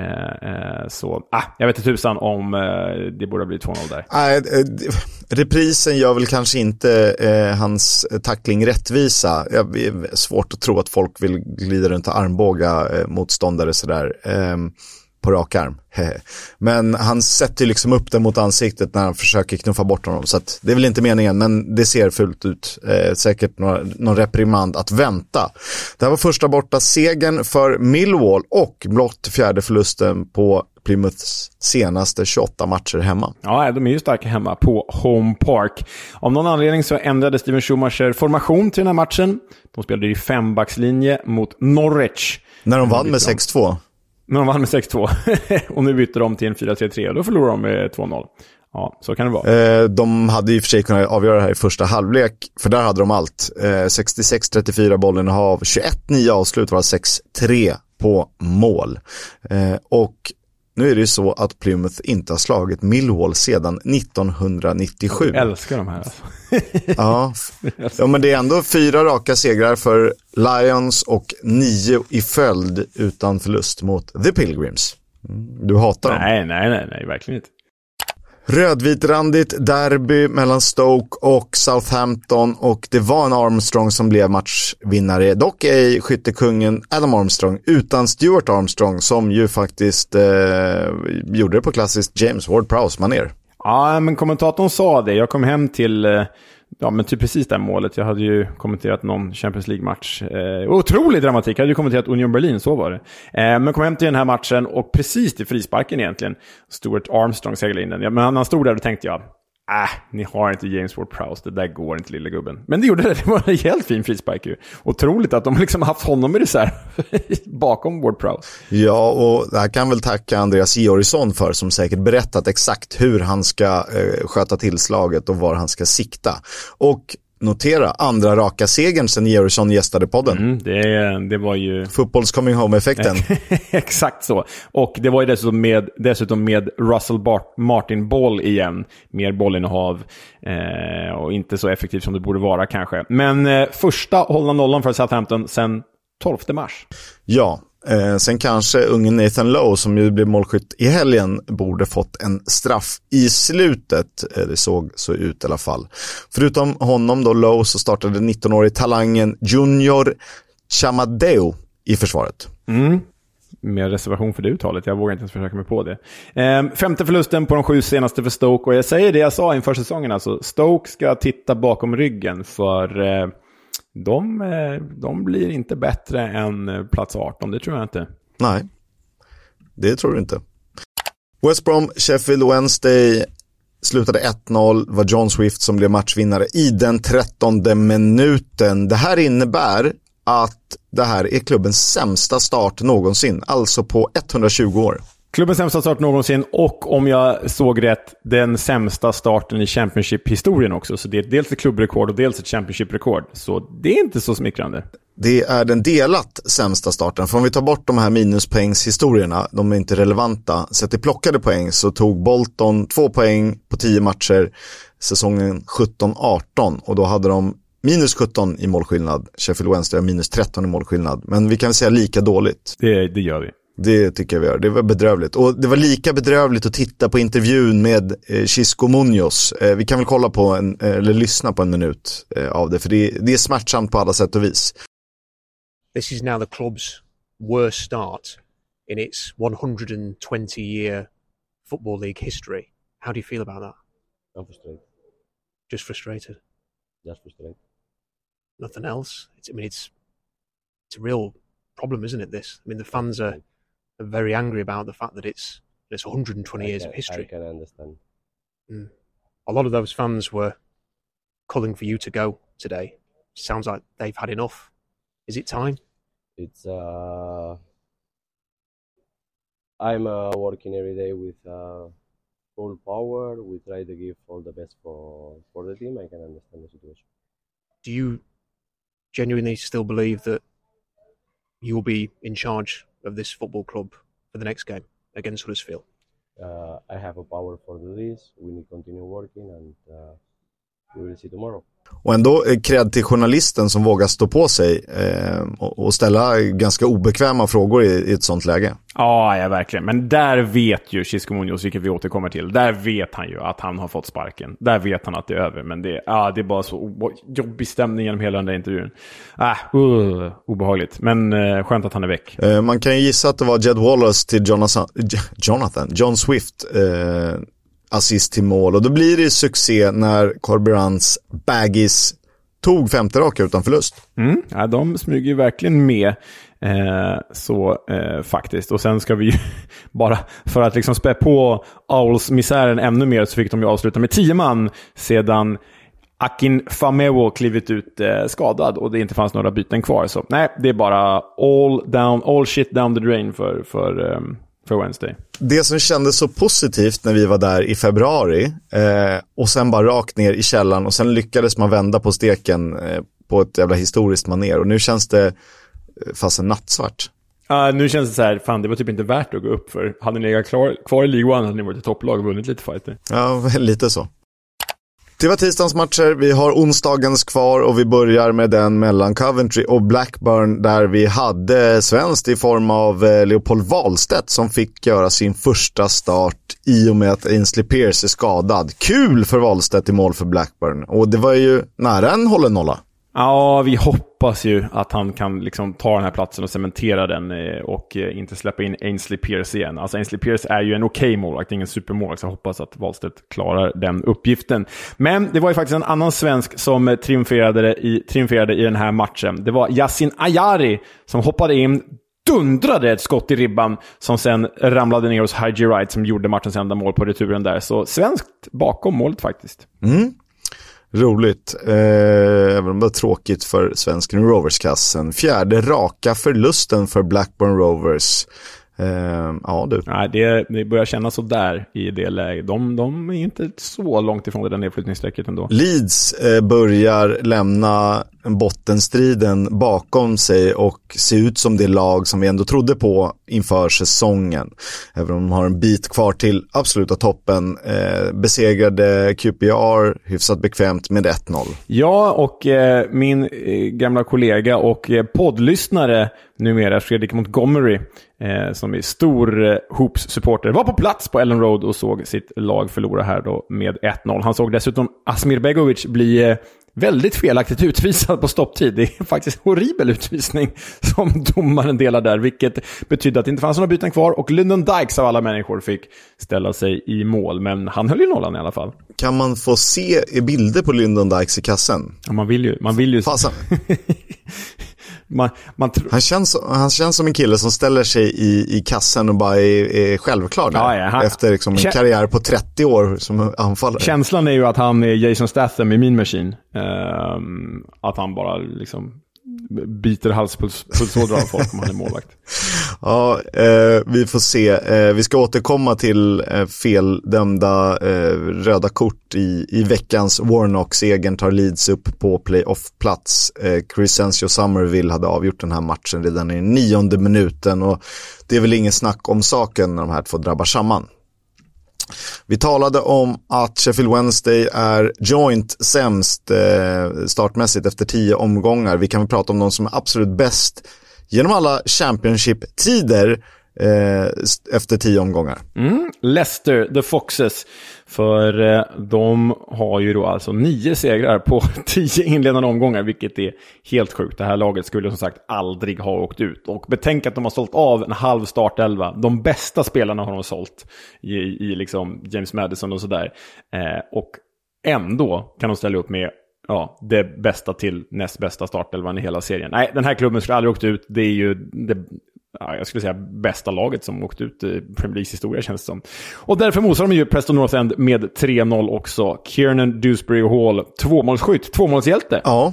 Så jag vet inte tusan om det borde bli 2-0 där. Reprisen gör väl kanske inte hans tackling rättvisa. Det är svårt att tro att folk vill glida runt och armbåga motståndare sådär på rak arm. Men han sätter liksom upp den mot ansiktet när han försöker knuffa bort honom. Så att det är väl inte meningen, men det ser fullt ut. Säkert någon reprimand att vänta. Det här var första borta segern för Millwall och blott 4:e förlusten på Plymouths senaste 28 matcher hemma. Ja, de är ju starka hemma på Home Park. Av någon anledning så ändrade Steven Schumacher formation till den här matchen. De spelade i 5-backslinje mot Norwich. När de vann med 6-2. När de vann med 6-2. Och nu bytte de till en 4-3-3 och då förlorade de med 2-0. Ja, så kan det vara. De hade i och för sig kunnat avgöra det här i första halvlek, för där hade de allt. 66-34 bollinnehav, 21-9 avslut, var 6-3 på mål. Och nu är det ju så att Plymouth inte har slagit Millwall sedan 1997. Jag älskar de här alltså. Ja, men det är ändå 4 raka segrar för Lions och 9 i följd utan förlust mot The Pilgrims. Du hatar dem. Nej, verkligen inte. Rödvitrandigt derby mellan Stoke och Southampton, och det var en Armstrong som blev matchvinnare. Dock är skyttekungen Adam Armstrong utan Stuart Armstrong, som ju faktiskt gjorde det på klassiskt James Ward-Prowse-manér. Ja, men kommentatorn sa det. Jag kom hem till men typ precis det här målet. Jag hade ju kommenterat någon Champions League-match. Otrolig dramatik. Jag hade ju kommenterat Union Berlin, så var det. Men kom hem till den här matchen och precis till frisparken egentligen. Stuart Armstrong seglade in den. Men han stod där och tänkte jag, ni har inte James Ward-Prowse, det där går inte, lilla gubben. Men det gjorde det var en helt fin frispark ju. Otroligt att de liksom haft honom i reserv bakom Ward-Prowse. Ja, och det här kan väl tacka Andreas Georgsson för, som säkert berättat exakt hur han ska sköta tillslaget och var han ska sikta. Och notera, andra raka segern sen Georgsson gästade podden. Det var ju Football's coming home-effekten. Exakt så. Och det var ju dessutom med Russell Martin boll igen. Mer bollinnehav och inte så effektivt som det borde vara kanske. Men första hållna nollan för Southampton sen 12 mars. Ja. Sen kanske ungen Nathan Lowe, som ju blev målskytt i helgen, borde fått en straff i slutet. Det såg så ut i alla fall. Förutom honom då, Lowe, så startade 19-årig talangen Junior Chamadeu i försvaret. Med reservation för det uttalet, jag vågar inte ens försöka mig på det. 5:e förlusten på de 7 senaste för Stoke, och jag säger det jag sa inför säsongen, alltså Stoke ska titta bakom ryggen, för de blir inte bättre än plats 18, det tror jag inte. Nej, det tror du inte. West Brom, Sheffield Wednesday slutade 1-0, var John Swift som blev matchvinnare i den 13:e minuten. Det här innebär att det här är klubbens sämsta start någonsin, alltså på 120 år. Klubbens sämsta start någonsin och om jag såg rätt, den sämsta starten i Championship-historien också. Så det är dels ett klubbrekord och dels ett Championship-rekord. Så det är inte så smickrande. Det är den delat sämsta starten. För om vi tar bort de här minuspoängshistorierna, de är inte relevanta. Så att det plockade poäng så tog Bolton 2 poäng på 10 matcher säsongen 17-18. Och då hade de minus 17 i målskillnad. Sheffield Wednesday har minus 13 i målskillnad. Men vi kan säga lika dåligt. Det gör vi. Det tycker jag vi gör. Det var bedrövligt. Och det var lika bedrövligt att titta på intervjun med Xisco Munoz. Vi kan väl kolla på eller lyssna på en minut av det. För det är smärtsamt på alla sätt och vis. This is now the club's worst start in its 120-year Football League history. How do you feel about that? I'm frustrated. Just frustrated? Just frustrated. Nothing else? It's a real problem, isn't it, this? I mean, the fans are very angry about the fact that it's 120 years of history. I can understand. A lot of those fans were calling for you to go today. Sounds like they've had enough. Is it time? It's I'm working every day with full power. We try to give all the best for the team. I can understand the situation. Do you genuinely still believe that you will be in charge of this football club for the next game against Huddersfield? I have a power for this. We need to continue working and we will see tomorrow. Och ändå cred till journalisten som vågar stå på sig och ställa ganska obekväma frågor i ett sånt läge. Ja, verkligen. Men där vet ju Xisco Munoz, vilket vi återkommer till. Där vet han ju att han har fått sparken. Där vet han att det är över. Men det är bara så jobbig stämning genom hela den där intervjun. Obehagligt. Men skönt att han är väck. Man kan ju gissa att det var Jed Wallace till John Swift assist till mål. Och då blir det succé när Corberans Baggies tog 5:e raka utan förlust. Ja, de smyger ju verkligen med faktiskt. Och sen ska vi ju bara för att liksom spä på Owls misären ännu mer så fick de ju avsluta med 10 man sedan Akin Famewo klivit ut skadad och det inte fanns några byten kvar. Så nej, det är bara all shit down the drain för Wednesday. Det som kändes så positivt när vi var där i februari och sen bara rakt ner i källan och sen lyckades man vända på steken på ett jävla historiskt maner och nu känns det fast en nattsvart. Nu känns det så här, fan det var typ inte värt att gå upp för. Hade ni legat kvar i League One hade ni varit i topplag och vunnit lite fighter. Ja, lite så. Det var tisdagens matcher, vi har onsdagens kvar och vi börjar med den mellan Coventry och Blackburn där vi hade svenskt i form av Leopold Wahlstedt som fick göra sin första start i och med att Ainsley Pearce är skadad. Kul för Wahlstedt i mål för Blackburn och det var ju nära en hållen nolla. Ja, vi hoppas ju att han kan liksom ta den här platsen och cementera den och inte släppa in Ainsley Pearce igen. Alltså Ainsley Pearce är ju en okej målvakt, ingen supermålvakt, så jag hoppas att Wahlstedt klarar den uppgiften. Men det var ju faktiskt en annan svensk som triumferade i den här matchen. Det var Yasin Ayari som hoppade in, dundrade ett skott i ribban som sen ramlade ner hos Haji Wright som gjorde matchens enda mål på returen där. Så svenskt bakom målet faktiskt. Roligt, även om det var tråkigt för svensken i Rovers-kassen. 4:e raka förlusten för Blackburn Rovers. Ja, du. Nej, det börjar kännas så där i det läget. De är inte så långt ifrån det där nedflyttningssträcket ändå. Leeds börjar lämna bottenstriden bakom sig och se ut som det lag som vi ändå trodde på inför säsongen. Även om de har en bit kvar till absoluta toppen. Besegrade QPR hyfsat bekvämt med 1-0. Ja, och min gamla kollega och poddlyssnare numera, Fredrik Montgomery, som är stor Hoops-supporter, var på plats på Ellen Road och såg sitt lag förlora här då med 1-0. Han såg dessutom Asmir Begovic bli väldigt felaktigt utvisad på stopptid. Det är faktiskt horribel utvisning som domaren delar där, vilket betyder att det inte fanns några byten kvar och Lyndon Dykes av alla människor fick ställa sig i mål, men han höll ju nollan i alla fall. Kan man få se bilder på Lyndon Dykes i kassen? Ja, man vill ju. Fasen. Han känns som en kille som ställer sig i kassen och bara är självklar där, efter liksom en karriär på 30 år som anfallare. Känslan är ju att han är Jason Statham i Mean Machine. Att han bara liksom biter halspulsådrar av folk om han är målvakt. Ja, vi får se. Vi ska återkomma till feldömda röda kort i veckans Warnock-segern tar Leeds upp på playoff-plats. Crescencio Somerville hade avgjort den här matchen redan i 9:e minuten och det är väl ingen snack om saken när de här två drabbar samman. Vi talade om att Sheffield Wednesday är joint sämst startmässigt efter 10 omgångar. Vi kan väl prata om de som är absolut bäst genom alla Championship-tider efter 10 omgångar. Leicester, The Foxes. För de har ju då alltså 9 segrar på 10 inledande omgångar, vilket är helt sjukt. Det här laget skulle som sagt aldrig ha åkt ut. Och betänk att de har sålt av en halv startelva. De bästa spelarna har de sålt i liksom James Maddison och sådär. Och ändå kan de ställa upp med det bästa till näst bästa startelvan i hela serien. Nej, den här klubben skulle aldrig åkt ut. Det är ju jag skulle säga bästa laget som åkt ut i Premier Leagues historia, känns det som. Och därför mosar de ju Preston North End med 3-0 också. Kiernan Dewsbury Hall, 2-målsskytt, 2-målshjälte. Ja,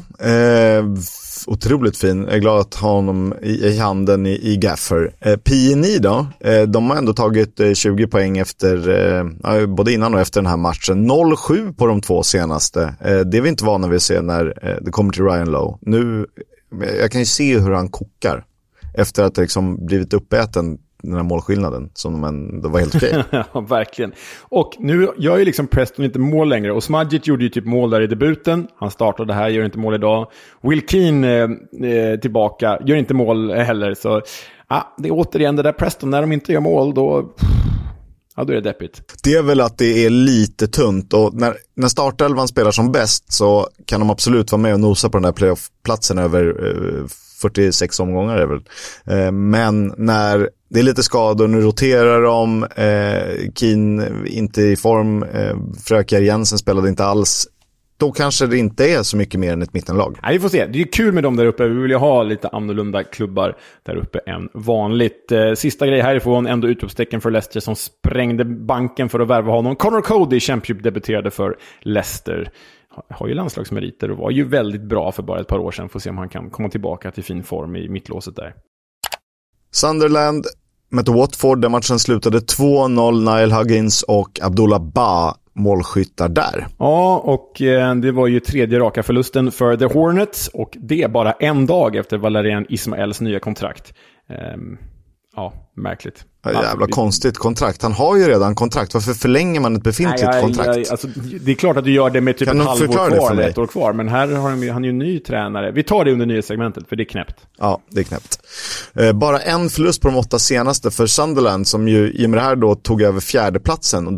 otroligt fin. Jag är glad att ha honom i handen i Gaffer. PNI då, de har ändå tagit 20 poäng efter både innan och efter den här matchen. 0-7 på de 2 senaste. Det är vi inte vana vid att se när det kommer till Ryan Lowe. Nu, jag kan ju se hur han kokar efter att det liksom blivit uppäten, den här målskillnaden som det var helt okej. Ja, verkligen. Och nu gör ju liksom Preston inte mål längre. Och Smudget gjorde ju typ mål där i debuten. Han startade här, gör inte mål idag. Will Keane tillbaka, gör inte mål heller. Så det är återigen det där Preston, när de inte gör mål då är det deppigt. Det är väl att det är lite tunt, och när startelvan spelar som bäst så kan de absolut vara med och nosa på den här playoff-platsen över 46 omgångar är väl. Men när det är lite skador, nu roterar de, Keane inte i form, Frökjær Jensen spelade inte alls, då kanske det inte är så mycket mer än ett mittenlag. Nej, vi får se. Det är ju kul med dem där uppe. Vi vill ju ha lite annorlunda klubbar där uppe än vanligt. Sista grej härifrån, ändå utropstecken för Leicester som sprängde banken för att värva honom. Connor Cody, Championship, debuterade för Leicester. Har ju landslagsmeriter och var ju väldigt bra för bara ett par år sedan. Får se om han kan komma tillbaka till fin form i mittlåset där. Sunderland mötte Watford, där matchen slutade 2-0. Niall Huggins och Abdullah Ba målskyttar där. Ja, och det var ju 3:e raka förlusten för The Hornets, och det är bara en dag efter Valerian Ismaels nya kontrakt. Märkligt. Jävla konstigt kontrakt. Han har ju redan kontrakt. Varför förlänger man ett befintligt kontrakt? Alltså, det är klart att du gör det med typ ett halvår kvar eller ett år kvar. Men här har han är ju en ny tränare. Vi tar det under nya segmentet, för det är knäppt. Ja, det är knäppt. Bara en förlust på de 8 senaste för Sunderland, som ju i och med det här då tog över 4:e platsen. Och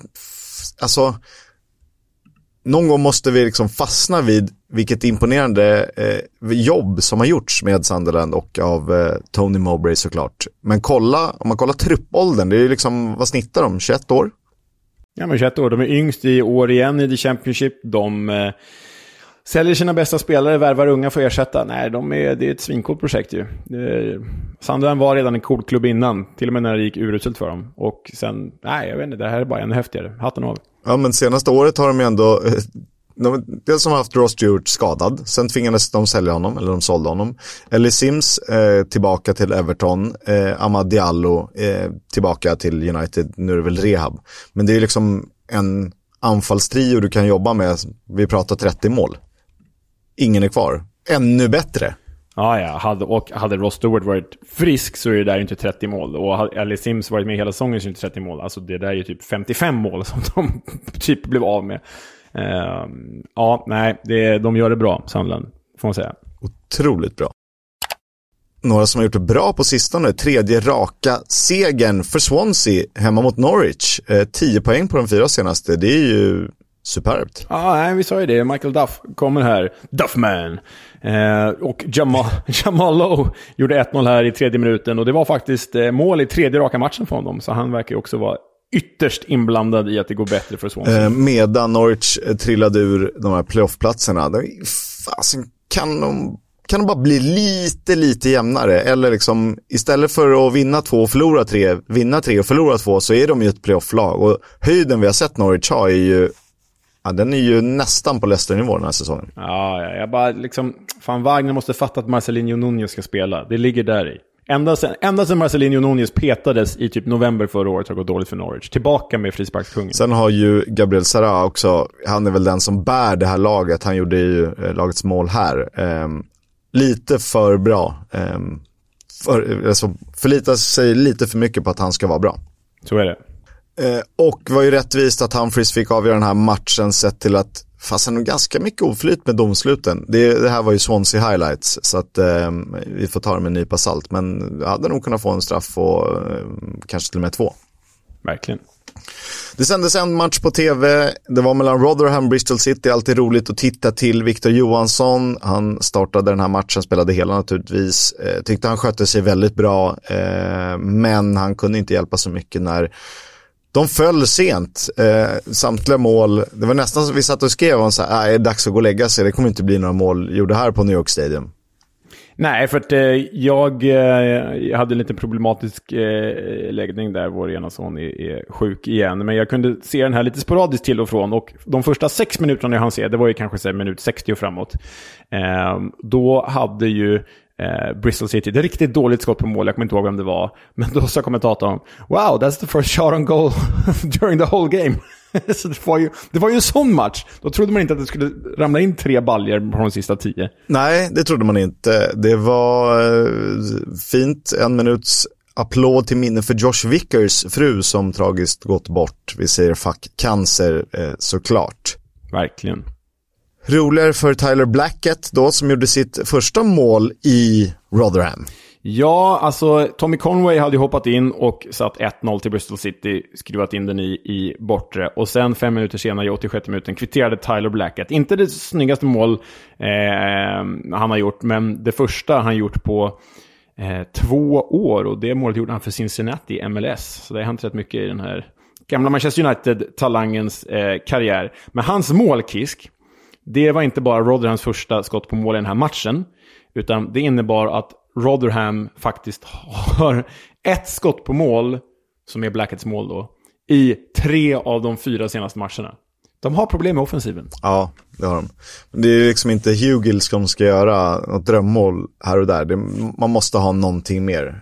någon gång måste vi liksom fastna vid vilket imponerande jobb som har gjorts med Sunderland och av Tony Mowbray såklart. Men om man kollar truppåldern, det är ju liksom, vad snittar de? 21 år? Ja, men 21 år. De är yngst i år igen i The Championship. De säljer sina bästa spelare, värvar unga för att ersätta. Nej, det är ett svincoolt projekt ju. Sunderland var redan en cool klubb innan, till och med när det gick uruselt för dem. Och sen, jag vet inte, det här är bara ännu häftigare. Hatten av. Ja, men senaste året har de ju ändå dels som har haft Ross Stewart skadad, sen tvingades de sälja honom, eller de sålde honom. Ellie Sims tillbaka till Everton, Amad Diallo tillbaka till United, nu är det väl rehab. Men det är liksom en anfallstrio du kan jobba med. Vi pratar 30 mål. Ingen är kvar. Ännu bättre. Ja. Hade Ross Stewart varit frisk så är det där inte 30 mål. Och hade Ellie Sims varit med hela säsongen så är det inte 30 mål. Alltså det där är ju typ 55 mål som de typ blev av med. De gör det bra, Sunderland, får man säga. Otroligt bra. Några som har gjort det bra på sistone, 3:e raka segern för Swansea hemma mot Norwich. 10 poäng på de 4 senaste, det är ju superbt. Ja, vi sa ju det. Michael Duff kommer här. Duffman. Och Jamal Lowe gjorde 1-0 här i 3:e minuten. Och det var faktiskt mål i 3:e raka matchen för honom. Så han verkar ju också vara ytterst inblandad i att det går bättre för Swansea. Medan Norwich trillade ur de här playoff-platserna. Kan de bara bli lite jämnare? Eller liksom, istället för att vinna 2 och förlora 3, vinna 3 och förlora 2, så är de ju ett playoff-lag. Och höjden vi har sett Norwich ha är ju Ja, den är ju nästan på Leicester-nivå den här säsongen. Ja, jag bara liksom... Fan, Wagner måste fatta att Marcelinho Núñez ska spela. Det ligger där i. Ända sedan Marcelinho Núñez petades i typ november förra året har gått dåligt för Norwich. Tillbaka med frisparkskungen. Sen har ju Gabriel Sara också, han är väl den som bär det här laget. Han gjorde ju lagets mål här. Lite för bra. Förlitar sig lite för mycket på att han ska vara bra. Så är det. Och var ju rättvist att Humphries fick avgöra den här matchen sett till att fast han har ganska mycket oflyt med domsluten. Det här var ju Swansea highlights så att vi får ta det med en nypa salt. Men jag hade nog kunnat få en straff och kanske till och med 2. Verkligen. Det sändes en match på tv. Det var mellan Rotherham och Bristol City. Alltid roligt att titta till. Victor Johansson, han startade den här matchen, spelade hela naturligtvis. Tyckte han skötte sig väldigt bra. Men han kunde inte hjälpa så mycket när de föll sent. Samtliga mål. Det var nästan som vi satt och skrev om så här, är det dags att gå och lägga sig. Det kommer inte bli några mål gjorda här på New York Stadium. Nej, för att jag hade en lite problematisk läggning där. Vår ena son är sjuk igen. Men jag kunde se den här lite sporadiskt till och från. Och de första 6 minuterna jag hann se, det var ju kanske så minut 60 och framåt. Då hade ju Bristol City, det är riktigt dåligt skott på mål, jag kommer inte ihåg vem det var, men då sa kommentatorn, wow, that's the first shot on goal during the whole game. Så det var ju en sån match. Då trodde man inte att det skulle ramla in 3 baljer på de sista 10. Nej, det trodde man inte. Det var fint, 1 minuts applåd till minne för Josh Vickers fru som tragiskt gått bort. Vi säger fuck cancer, såklart. Verkligen. Roligare för Tyler Blackett då, som gjorde sitt första mål i Rotherham. Ja, alltså Tommy Conway hade ju hoppat in och satt 1-0 till Bristol City, skruvat in den i bortre. Och sen 5 minuter senare, i 86 minuten, kvitterade Tyler Blackett. Inte det snyggaste mål han har gjort, men det första han gjort på 2 år. Och det målet gjorde han för Cincinnati i MLS. Så det har hänt rätt mycket i den här gamla Manchester United-talangens karriär. Men hans målkisk, det var inte bara Rotherhams första skott på mål i den här matchen, utan det innebar att Rotherham faktiskt har 1 skott på mål, som är Blacketts mål då, i 3 av de 4 senaste matcherna. De har problem med offensiven. Ja, det har de. Men det är liksom inte Hugill som ska göra något drömmål här och där. Man måste ha någonting mer.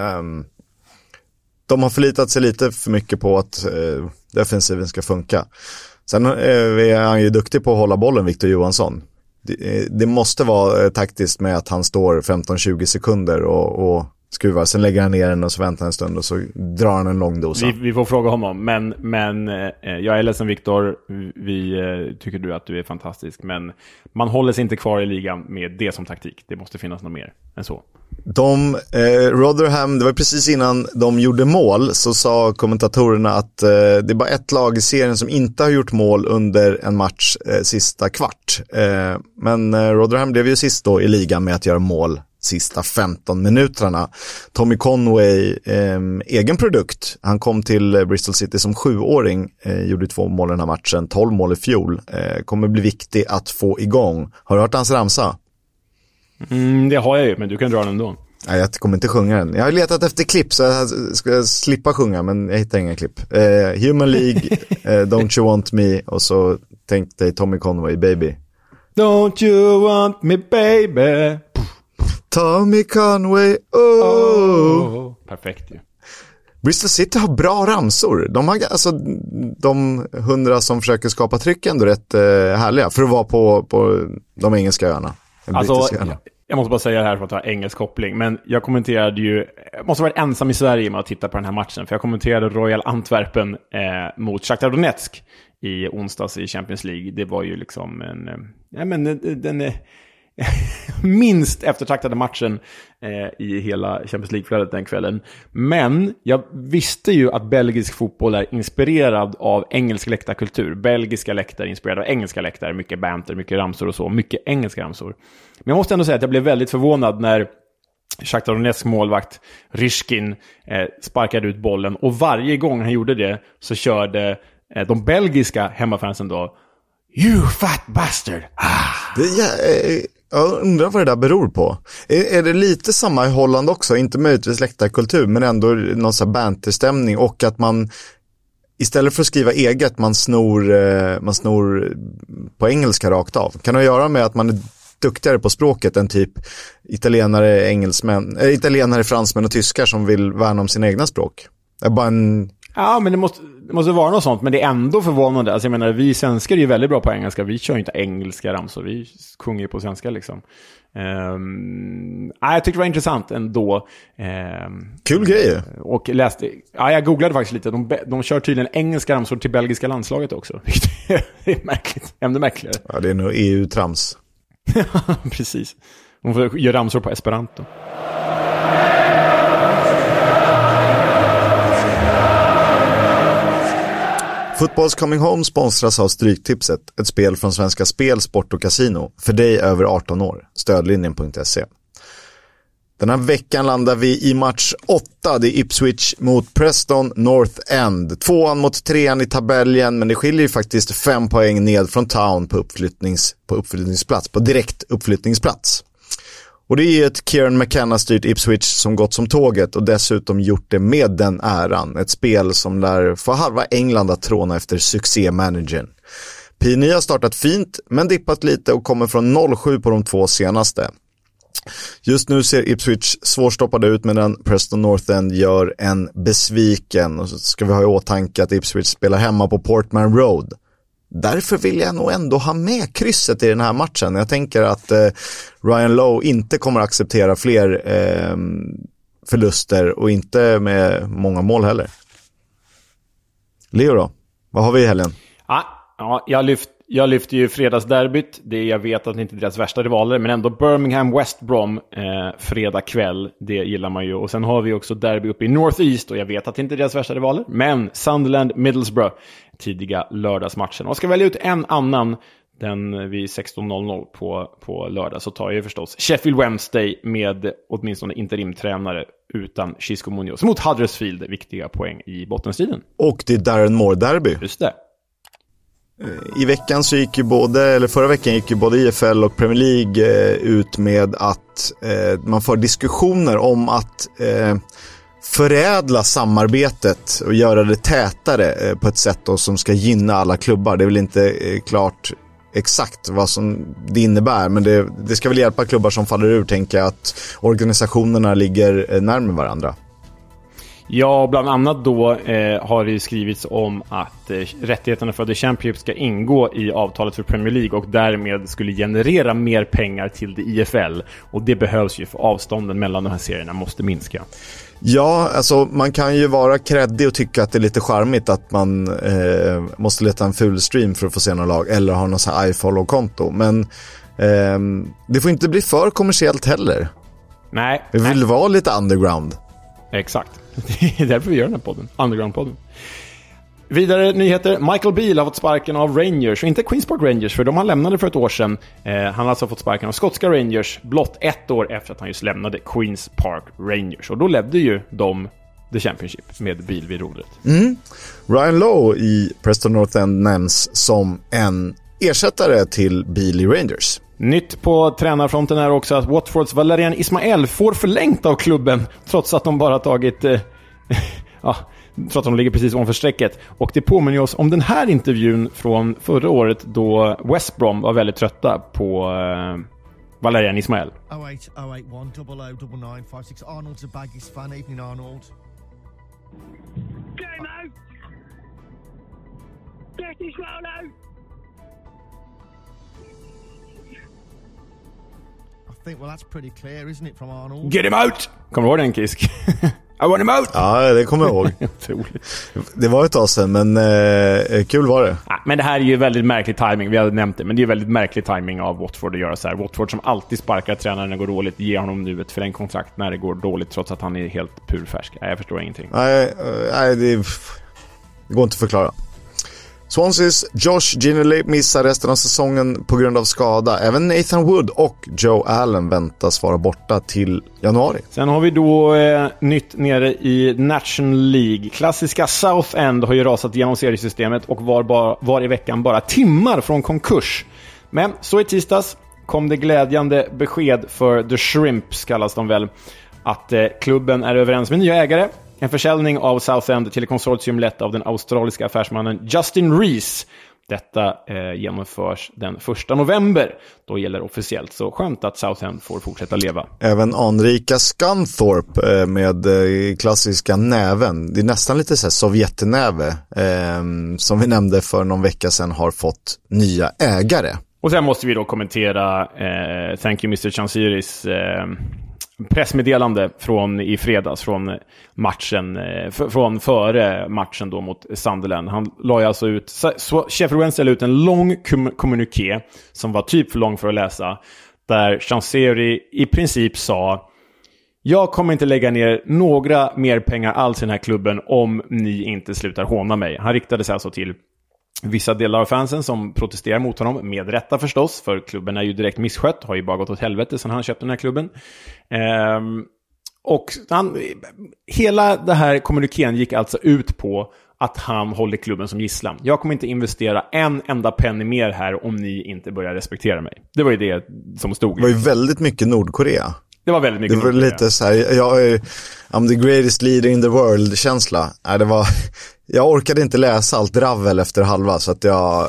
De har förlitat sig lite för mycket på att defensiven ska funka. Sen är han ju duktig på att hålla bollen, Victor Johansson. Det måste vara taktiskt med att han står 15-20 sekunder och skruvar. Sen lägger han ner den och så väntar en stund och så drar han en lång dosa. Vi får fråga honom. Men jag är ledsen, Victor. Vi tycker du att du är fantastisk. Men man håller sig inte kvar i ligan med det som taktik. Det måste finnas något mer än så. Rotherham, det var precis innan de gjorde mål, så sa kommentatorerna att det är bara ett lag i serien som inte har gjort mål under en match sista kvart. Men Rotherham blev ju sist då i ligan med att göra mål sista 15 minuterna. Tommy Conway, egen produkt. Han kom till Bristol City som 7-åring, gjorde 2 mål i den här matchen, 12 mål i fjol. Kommer bli viktig att få igång. Har du hört hans ramsa? Det har jag ju, men du kan dra den ändå. Nej, jag kommer inte sjunga den. Jag har letat efter klipp så jag ska slippa sjunga, men jag hittar inga klipp. Human League, Don't You Want Me, och så tänk dig Tommy Conway, Baby. Don't you want me, baby? Tommy Conway, oh. Perfekt ju. Bristol City har bra ramsor. De har alltså de 100 som försöker skapa tryck ändå rätt härliga för att vara på de engelska öarna. Alltså, jag måste bara säga det här för att ha engelsk koppling, men jag kommenterade ju, jag måste ha varit ensam i Sverige med att titta på den här matchen, för jag kommenterade Royal Antwerpen mot Shakhtar Donetsk i onsdags i Champions League. Det var ju liksom den är minst eftertraktade matchen i hela Champions League-flödet den kvällen. Men jag visste ju att belgisk fotboll är inspirerad av engelsk läktarkultur. Belgiska läktare är inspirerade av engelska läktare. Mycket banter, mycket ramsor och så. Mycket engelska ramsor. Men jag måste ändå säga att jag blev väldigt förvånad när Shakhtar Donetsk målvakt Ryshkin sparkade ut bollen. Och varje gång han gjorde det så körde de belgiska hemmafansen då "You fat bastard!" Jag undrar vad det där beror på. Är det lite samma i Holland också? Inte möjligtvis läktarkultur, men ändå någon sån här banterstämning, och att man istället för att skriva eget, man snor på engelska rakt av. Kan det göra med att man är duktigare på språket än typ italienare, fransmän och tyskar som vill värna om sina egna språk? Det är bara Ja, men det måste vara något sånt, men det är ändå förvånande. Alltså jag menar, vi svenskar är ju väldigt bra på engelska. Vi kör ju inte engelska ramsor, vi sjunger ju på svenska liksom. Jag tycker det var intressant ändå. Kul grejer. Och jag googlade faktiskt lite. De kör tydligen engelska ramsor till belgiska landslaget också. Det är märkligt, ännu märkligare. Ja, det är nog EU-trams. Precis. De får göra ramsor på esperanto. Fotbolls Coming Home sponsras av Stryktipset, ett spel från Svenska Spel, Sport och Casino. För dig över 18 år. Stödlinjen.se. Den här veckan landar vi i match 8. Det är Ipswich mot Preston North End. 2:an mot 3:an i tabellen, men det skiljer ju faktiskt 5 poäng ned från Town på uppflyttningsplats, på direkt uppflyttningsplats. Och det är ett Kieran McKenna-styrt Ipswich som gått som tåget och dessutom gjort det med den äran. Ett spel som lär få halva England att tråna efter succémanagern. Pini har startat fint men dippat lite och kommer från 0-7 på de 2 senaste. Just nu ser Ipswich svårstoppade ut, medan Preston North End gör en besviken. Och så ska vi ha i åtanke att Ipswich spelar hemma på Portman Road. Därför vill jag nog ändå ha med krysset i den här matchen. Jag tänker att Ryan Lowe inte kommer att acceptera fler förluster och inte med många mål heller. Leo då? Vad har vi i helgen? Ja, jag lyfter ju fredagsderbyt. Jag vet att det inte är deras värsta rivaler, men ändå Birmingham West Brom fredag kväll. Det gillar man ju. Och sen har vi också derby uppe i North East, och jag vet att det inte är deras värsta rivaler, men Sunderland Middlesbrough, tidiga lördagsmatchen. Och ska välja ut en annan, den vid 16:00 på lördag, så tar jag ju förstås Sheffield Wednesday med åtminstone interimtränare utan Xisco Munoz mot Huddersfield, viktiga poäng i bottenstriden. Och det är Darren Moore-derby. Just det. I veckan så förra veckan gick ju både IFL och Premier League ut med att man får diskussioner om att förädla samarbetet och göra det tätare på ett sätt då som ska gynna alla klubbar. Det är väl inte klart exakt vad som det innebär, men det ska väl hjälpa klubbar som faller ur, tänker jag, att organisationerna ligger närmare varandra. Ja, bland annat då har det skrivits om att rättigheterna för The Championship ska ingå i avtalet för Premier League och därmed skulle generera mer pengar till det IFL. Och det behövs ju, för avstånden mellan de här serierna måste minska. Ja, alltså man kan ju vara kreddig och tycka att det är lite charmigt att man måste leta en full stream för att få se några lag eller ha något så här iFollow-konto. Men det får inte bli för kommersiellt heller. Nej. Vi vill vara lite underground. Exakt. Det är därför vi gör den här podden. Underground-podden. Vidare nyheter. Michael Beale har fått sparken av Rangers. Och inte Queens Park Rangers, för de han lämnade för ett år sedan. Han har alltså fått sparken av skotska Rangers blott 1 år efter att han just lämnade Queens Park Rangers. Och då ledde ju de The Championship med Beale vid rodret. Ryan Lowe i Preston North End nämns som en ersättare till Beale i Rangers. Nytt på tränarfronten är också att Watfords Valerian Ismael får förlängt av klubben trots att de bara tagit trots att de ligger precis ovanför strecket. Och det påminner oss om den här intervjun från förra året då West Brom var väldigt trötta på Valerian Ismael. 08081 000956 Arnold's a Baggies fan. Evening Arnold. Get him out! Get Ismael out! I think, well, that's pretty clear, isn't it, from Arnold? Get him out! Kommer du ihåg den, Kisk? I want him out! Ja, det kommer jag ihåg. Det var ett tag sedan, men kul var det. Ja, men det här är ju väldigt märklig timing. Vi hade nämnt det, men det är väldigt märklig timing av Watford att göra så här. Watford som alltid sparkar tränaren när det går dåligt, ger honom nu ett förlängt kontrakt när det går dåligt, trots att han är helt purfärsk. Nej, jag förstår ingenting. Nej, det går inte att förklara. Swanseas Josh Ginnerley missar resten av säsongen på grund av skada. Även Nathan Wood och Joe Allen väntas vara borta till januari. Sen har vi då nytt nere i National League. Klassiska Southend har ju rasat genom seriesystemet och var i veckan bara timmar från konkurs. Men så i tisdags kom det glädjande besked för The Shrimps, kallas de väl, att klubben är överens med nya ägare. En försäljning av Southend till konsortium lett av den australiska affärsmannen Justin Rees. Detta genomförs den 1 november. Då gäller officiellt, så skönt att Southend får fortsätta leva. Även anrika Scunthorpe med klassiska näven. Det är nästan lite så här Sovjetnäve som vi nämnde för någon vecka sedan har fått nya ägare. Och sen måste vi då kommentera Thank you Mr. Chansiris pressmeddelande från i fredags från matchen från före matchen då mot Sunderland. Han la ju alltså ut Sheffield Wednesday la ut en lång kommuniké som var typ för lång för att läsa, där Chansiri i princip sa: jag kommer inte lägga ner några mer pengar alls i den här klubben om ni inte slutar håna mig. Han riktade sig alltså till vissa delar av fansen som protesterar mot honom, med rätta förstås, för klubben är ju direkt misskött, har ju bara gått åt helvete sedan han köpte den här klubben. Och hela det här kommunikén gick alltså ut på att han håller klubben som gisslan. Jag kommer inte investera en enda penny mer här om ni inte börjar respektera mig. Det var ju det som stod. Det var ju väldigt mycket Nordkorea. Det var väldigt mycket. Det var lite så här, I'm the greatest leader in the world-känsla. Nej, det var, jag orkade inte läsa allt dravel efter halva, så att jag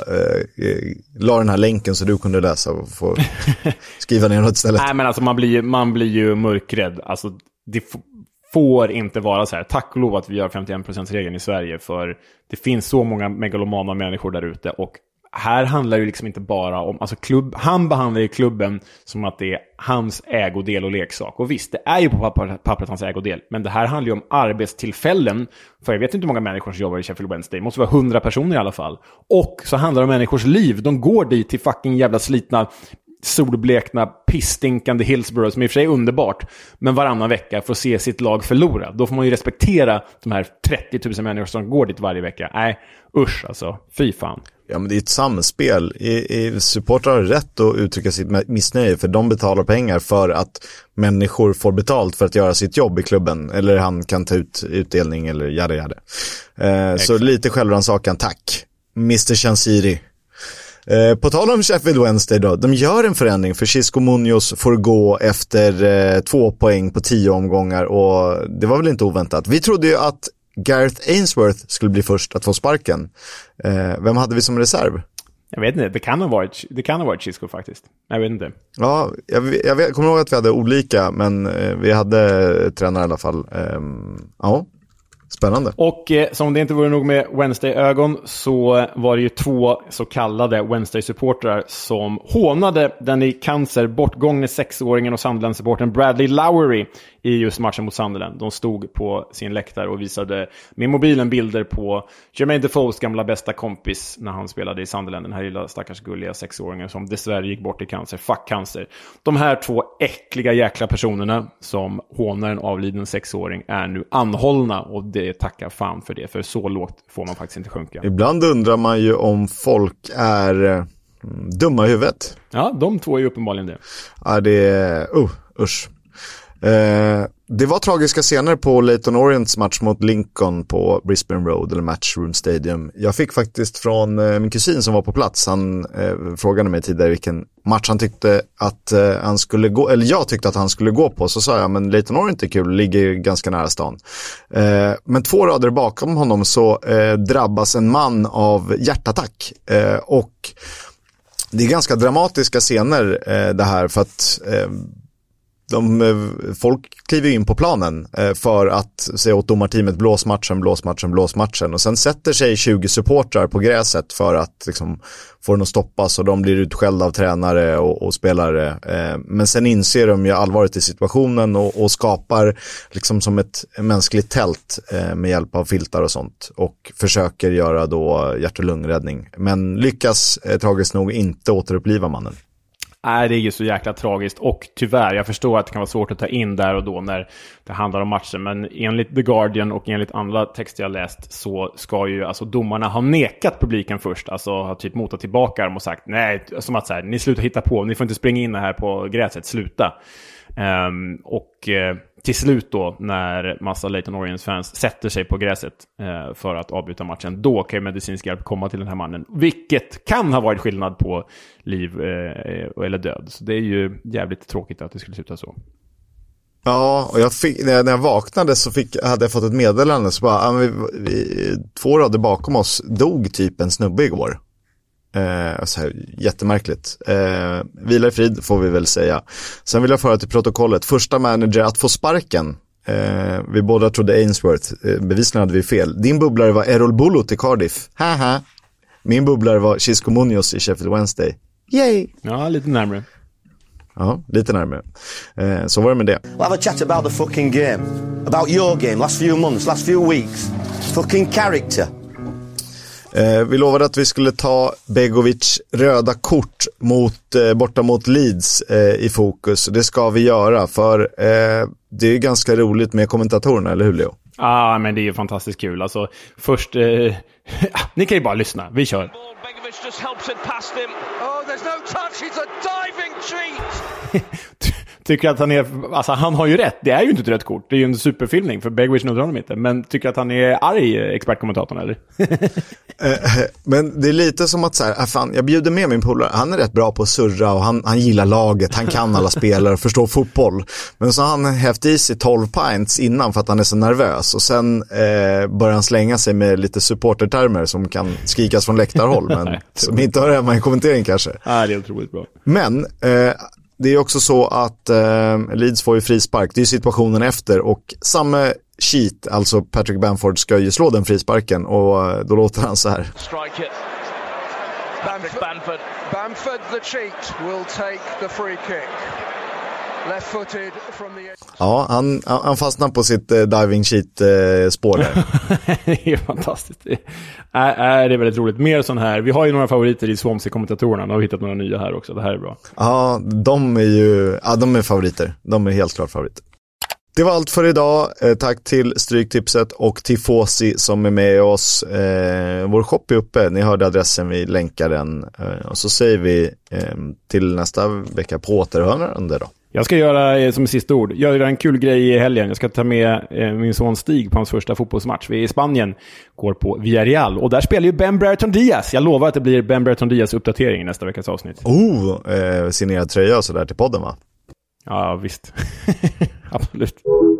la den här länken så du kunde läsa och få skriva ner något istället. Nej, men alltså man blir ju mörkrädd. Alltså det får inte vara så här. Tack och lov att vi har 51%-regeln i Sverige, för det finns så många megalomana människor där ute, och här handlar ju liksom inte bara om, alltså han behandlar ju klubben som att det är hans ägodel och leksak. Och visst, det är ju på pappret hans ägodel, men det här handlar ju om arbetstillfällen. För jag vet inte hur många människor som jobbar i Sheffield Wednesday. Det måste vara 100 personer i alla fall. Och så handlar det om människors liv. De går dit till fucking jävla slitna, solblekna, pissstinkande Hillsborough, som i och för sig är underbart, men varannan vecka får se sitt lag förlora. Då får man ju respektera de här 30 000 människor som går dit varje vecka. Nej, usch alltså, fy fan. Ja, men det är ett samspel. Supportrar har rätt att uttrycka sitt missnöje, för de betalar pengar för att människor får betalt för att göra sitt jobb i klubben, eller han kan ta ut utdelning eller jada. Så lite självrannsakan, tack Mr. Chansiri. På tal om Sheffield Wednesday då, de gör en förändring, för Xisco Munoz får gå efter 2 poäng på 10 omgångar, och det var väl inte oväntat. Vi trodde ju att Gareth Ainsworth skulle bli först att få sparken. Vem hade vi som reserv? Jag vet inte, det kan ha varit Xisco faktiskt. Jag vet inte. Ja, jag kommer ihåg att vi hade olika, men vi hade tränare i alla fall. Ja, spännande. Och som det inte vore nog med Wednesday-ögon, så var det ju 2 så kallade Wednesday-supportrar som hånade den i cancer bortgångne 6-åringen och Sunderland-supporten Bradley Lowery i just matchen mot Sunderland. De stod på sin läktare och visade med mobilen bilder på Jermaine Defoes gamla bästa kompis när han spelade i Sunderland. Den här lilla stackars gulliga 6-åringen som dessvärre gick bort i cancer. Fuck cancer. De här 2 äckliga jäkla personerna som hånar en avliden 6-åring är nu anhållna, och det tackar fan för det, för så lågt får man faktiskt inte sjunka. Ibland undrar man ju om folk är dumma i huvudet. Ja, de 2 är ju uppenbarligen det. Ja, det är usch. Det var tragiska scener på Leyton Orients match mot Lincoln på Brisbane Road, eller Matchroom Stadium. Jag fick faktiskt från min kusin som var på plats, han frågade mig tidigare vilken match han tyckte att han skulle gå, eller jag tyckte att han skulle gå på. Så sa jag, men Leyton Orient är kul, ligger ganska nära stan. Men 2 rader bakom honom så drabbas en man av hjärtattack, och det är ganska dramatiska scener det här, för att folk kliver in på planen för att säga åt domarteamet blås matchen, och sen sätter sig 20 supportrar på gräset för att liksom få den att stoppas, och de blir utskällda av tränare och spelare, men sen inser de ju allvaret i situationen och skapar liksom som ett mänskligt tält med hjälp av filtar och sånt, och försöker göra då hjärt- och lungräddning, men lyckas tragiskt nog inte återuppliva mannen. Nej, det är ju så jäkla tragiskt, och tyvärr, jag förstår att det kan vara svårt att ta in där och då när det handlar om matchen, men enligt The Guardian och enligt andra texter jag läst så ska ju alltså domarna ha nekat publiken först, alltså ha typ motat tillbaka dem och sagt nej, som att så här, ni slutar hitta på, ni får inte springa in här på gräset, sluta. Till slut då, när massa Leyton Orient-fans sätter sig på gräset för att avbryta matchen, då kan ju medicinsk hjälp komma till den här mannen, vilket kan ha varit skillnad på liv eller död. Så det är ju jävligt tråkigt att det skulle sluta så. Ja, och när jag vaknade så hade jag fått ett meddelande så bara, 2 rader bakom oss dog typ en snubbe igår. Så här, jättemärkligt. Vila i frid får vi väl säga. Sen vill jag föra till protokollet. Första manager att få sparken. Vi båda trodde Ainsworth. Bevisligen hade vi fel. Din bubblare var Errol Bulut i Cardiff. Haha. Min bubblare var Xisco Munoz i Sheffield Wednesday. Yay! Ja, lite närmare. Ja, lite närmare. Så var det med det. We'll have a chat about the fucking game. About your game, last few months, last few weeks. Fucking character. Vi lovade att vi skulle ta Begovic röda kort borta mot Leeds i fokus. Det ska vi göra för det är ganska roligt med kommentatorerna, eller hur Leo? Ja, men det är ju fantastiskt kul. Alltså, först, ni kan ju bara lyssna. Vi kör. Begovic just helps it past him. Oh, there's no touch. It's a diving treat. Tycker att han är, alltså han har ju rätt. Det är ju inte ett rätt kort. Det är ju en superfilmning för Begovic nådde honom inte. Men tycker att han är arg, expertkommentatorn, eller? Men det är lite som att så här, fan, jag bjuder med min polare. Han är rätt bra på att surra och han gillar laget. Han kan alla spelare och förstår fotboll. Men så har han hävt i sig 12 pints innan för att han är så nervös. Och sen börjar han slänga sig med lite supportertermer som kan skrikas från läktarhåll. Men som inte hör hemma i kommentering kanske. Ja, det är otroligt bra. Men det är också så att Leeds får ju frispark. Det är situationen efter och samma cheat, alltså Patrick Bamford ska ju slå den frisparken och då låter han så här. Strike it. Bamford the cheat will take the free kick. Left footed from the edge. Ja, han fastnar på sitt diving cheat spår där. Det är fantastiskt. Det är väldigt roligt. Mer sån här. Vi har ju några favoriter i Swansea-kommentatorerna. Nu har vi hittat några nya här också. Det här är bra. Ja, de är favoriter. De är helt klart favoriter. Det var allt för idag. Tack till Stryktipset och Tifosi som är med oss. Vår shop är uppe. Ni hörde adressen, vi länkar den. Och så säger vi till nästa vecka på återhörande då. Jag ska göra som sista ord. Göra en kul grej i helgen. Jag ska ta med min son Stig på hans första fotbollsmatch. Vi är i Spanien, går på Villarreal. Och där spelar ju Ben Brereton Diaz. Jag lovar att det blir Ben Brereton Diaz uppdatering i nästa veckas avsnitt. Signerad tröja och sådär till podden, va? Ja, visst. Absolut.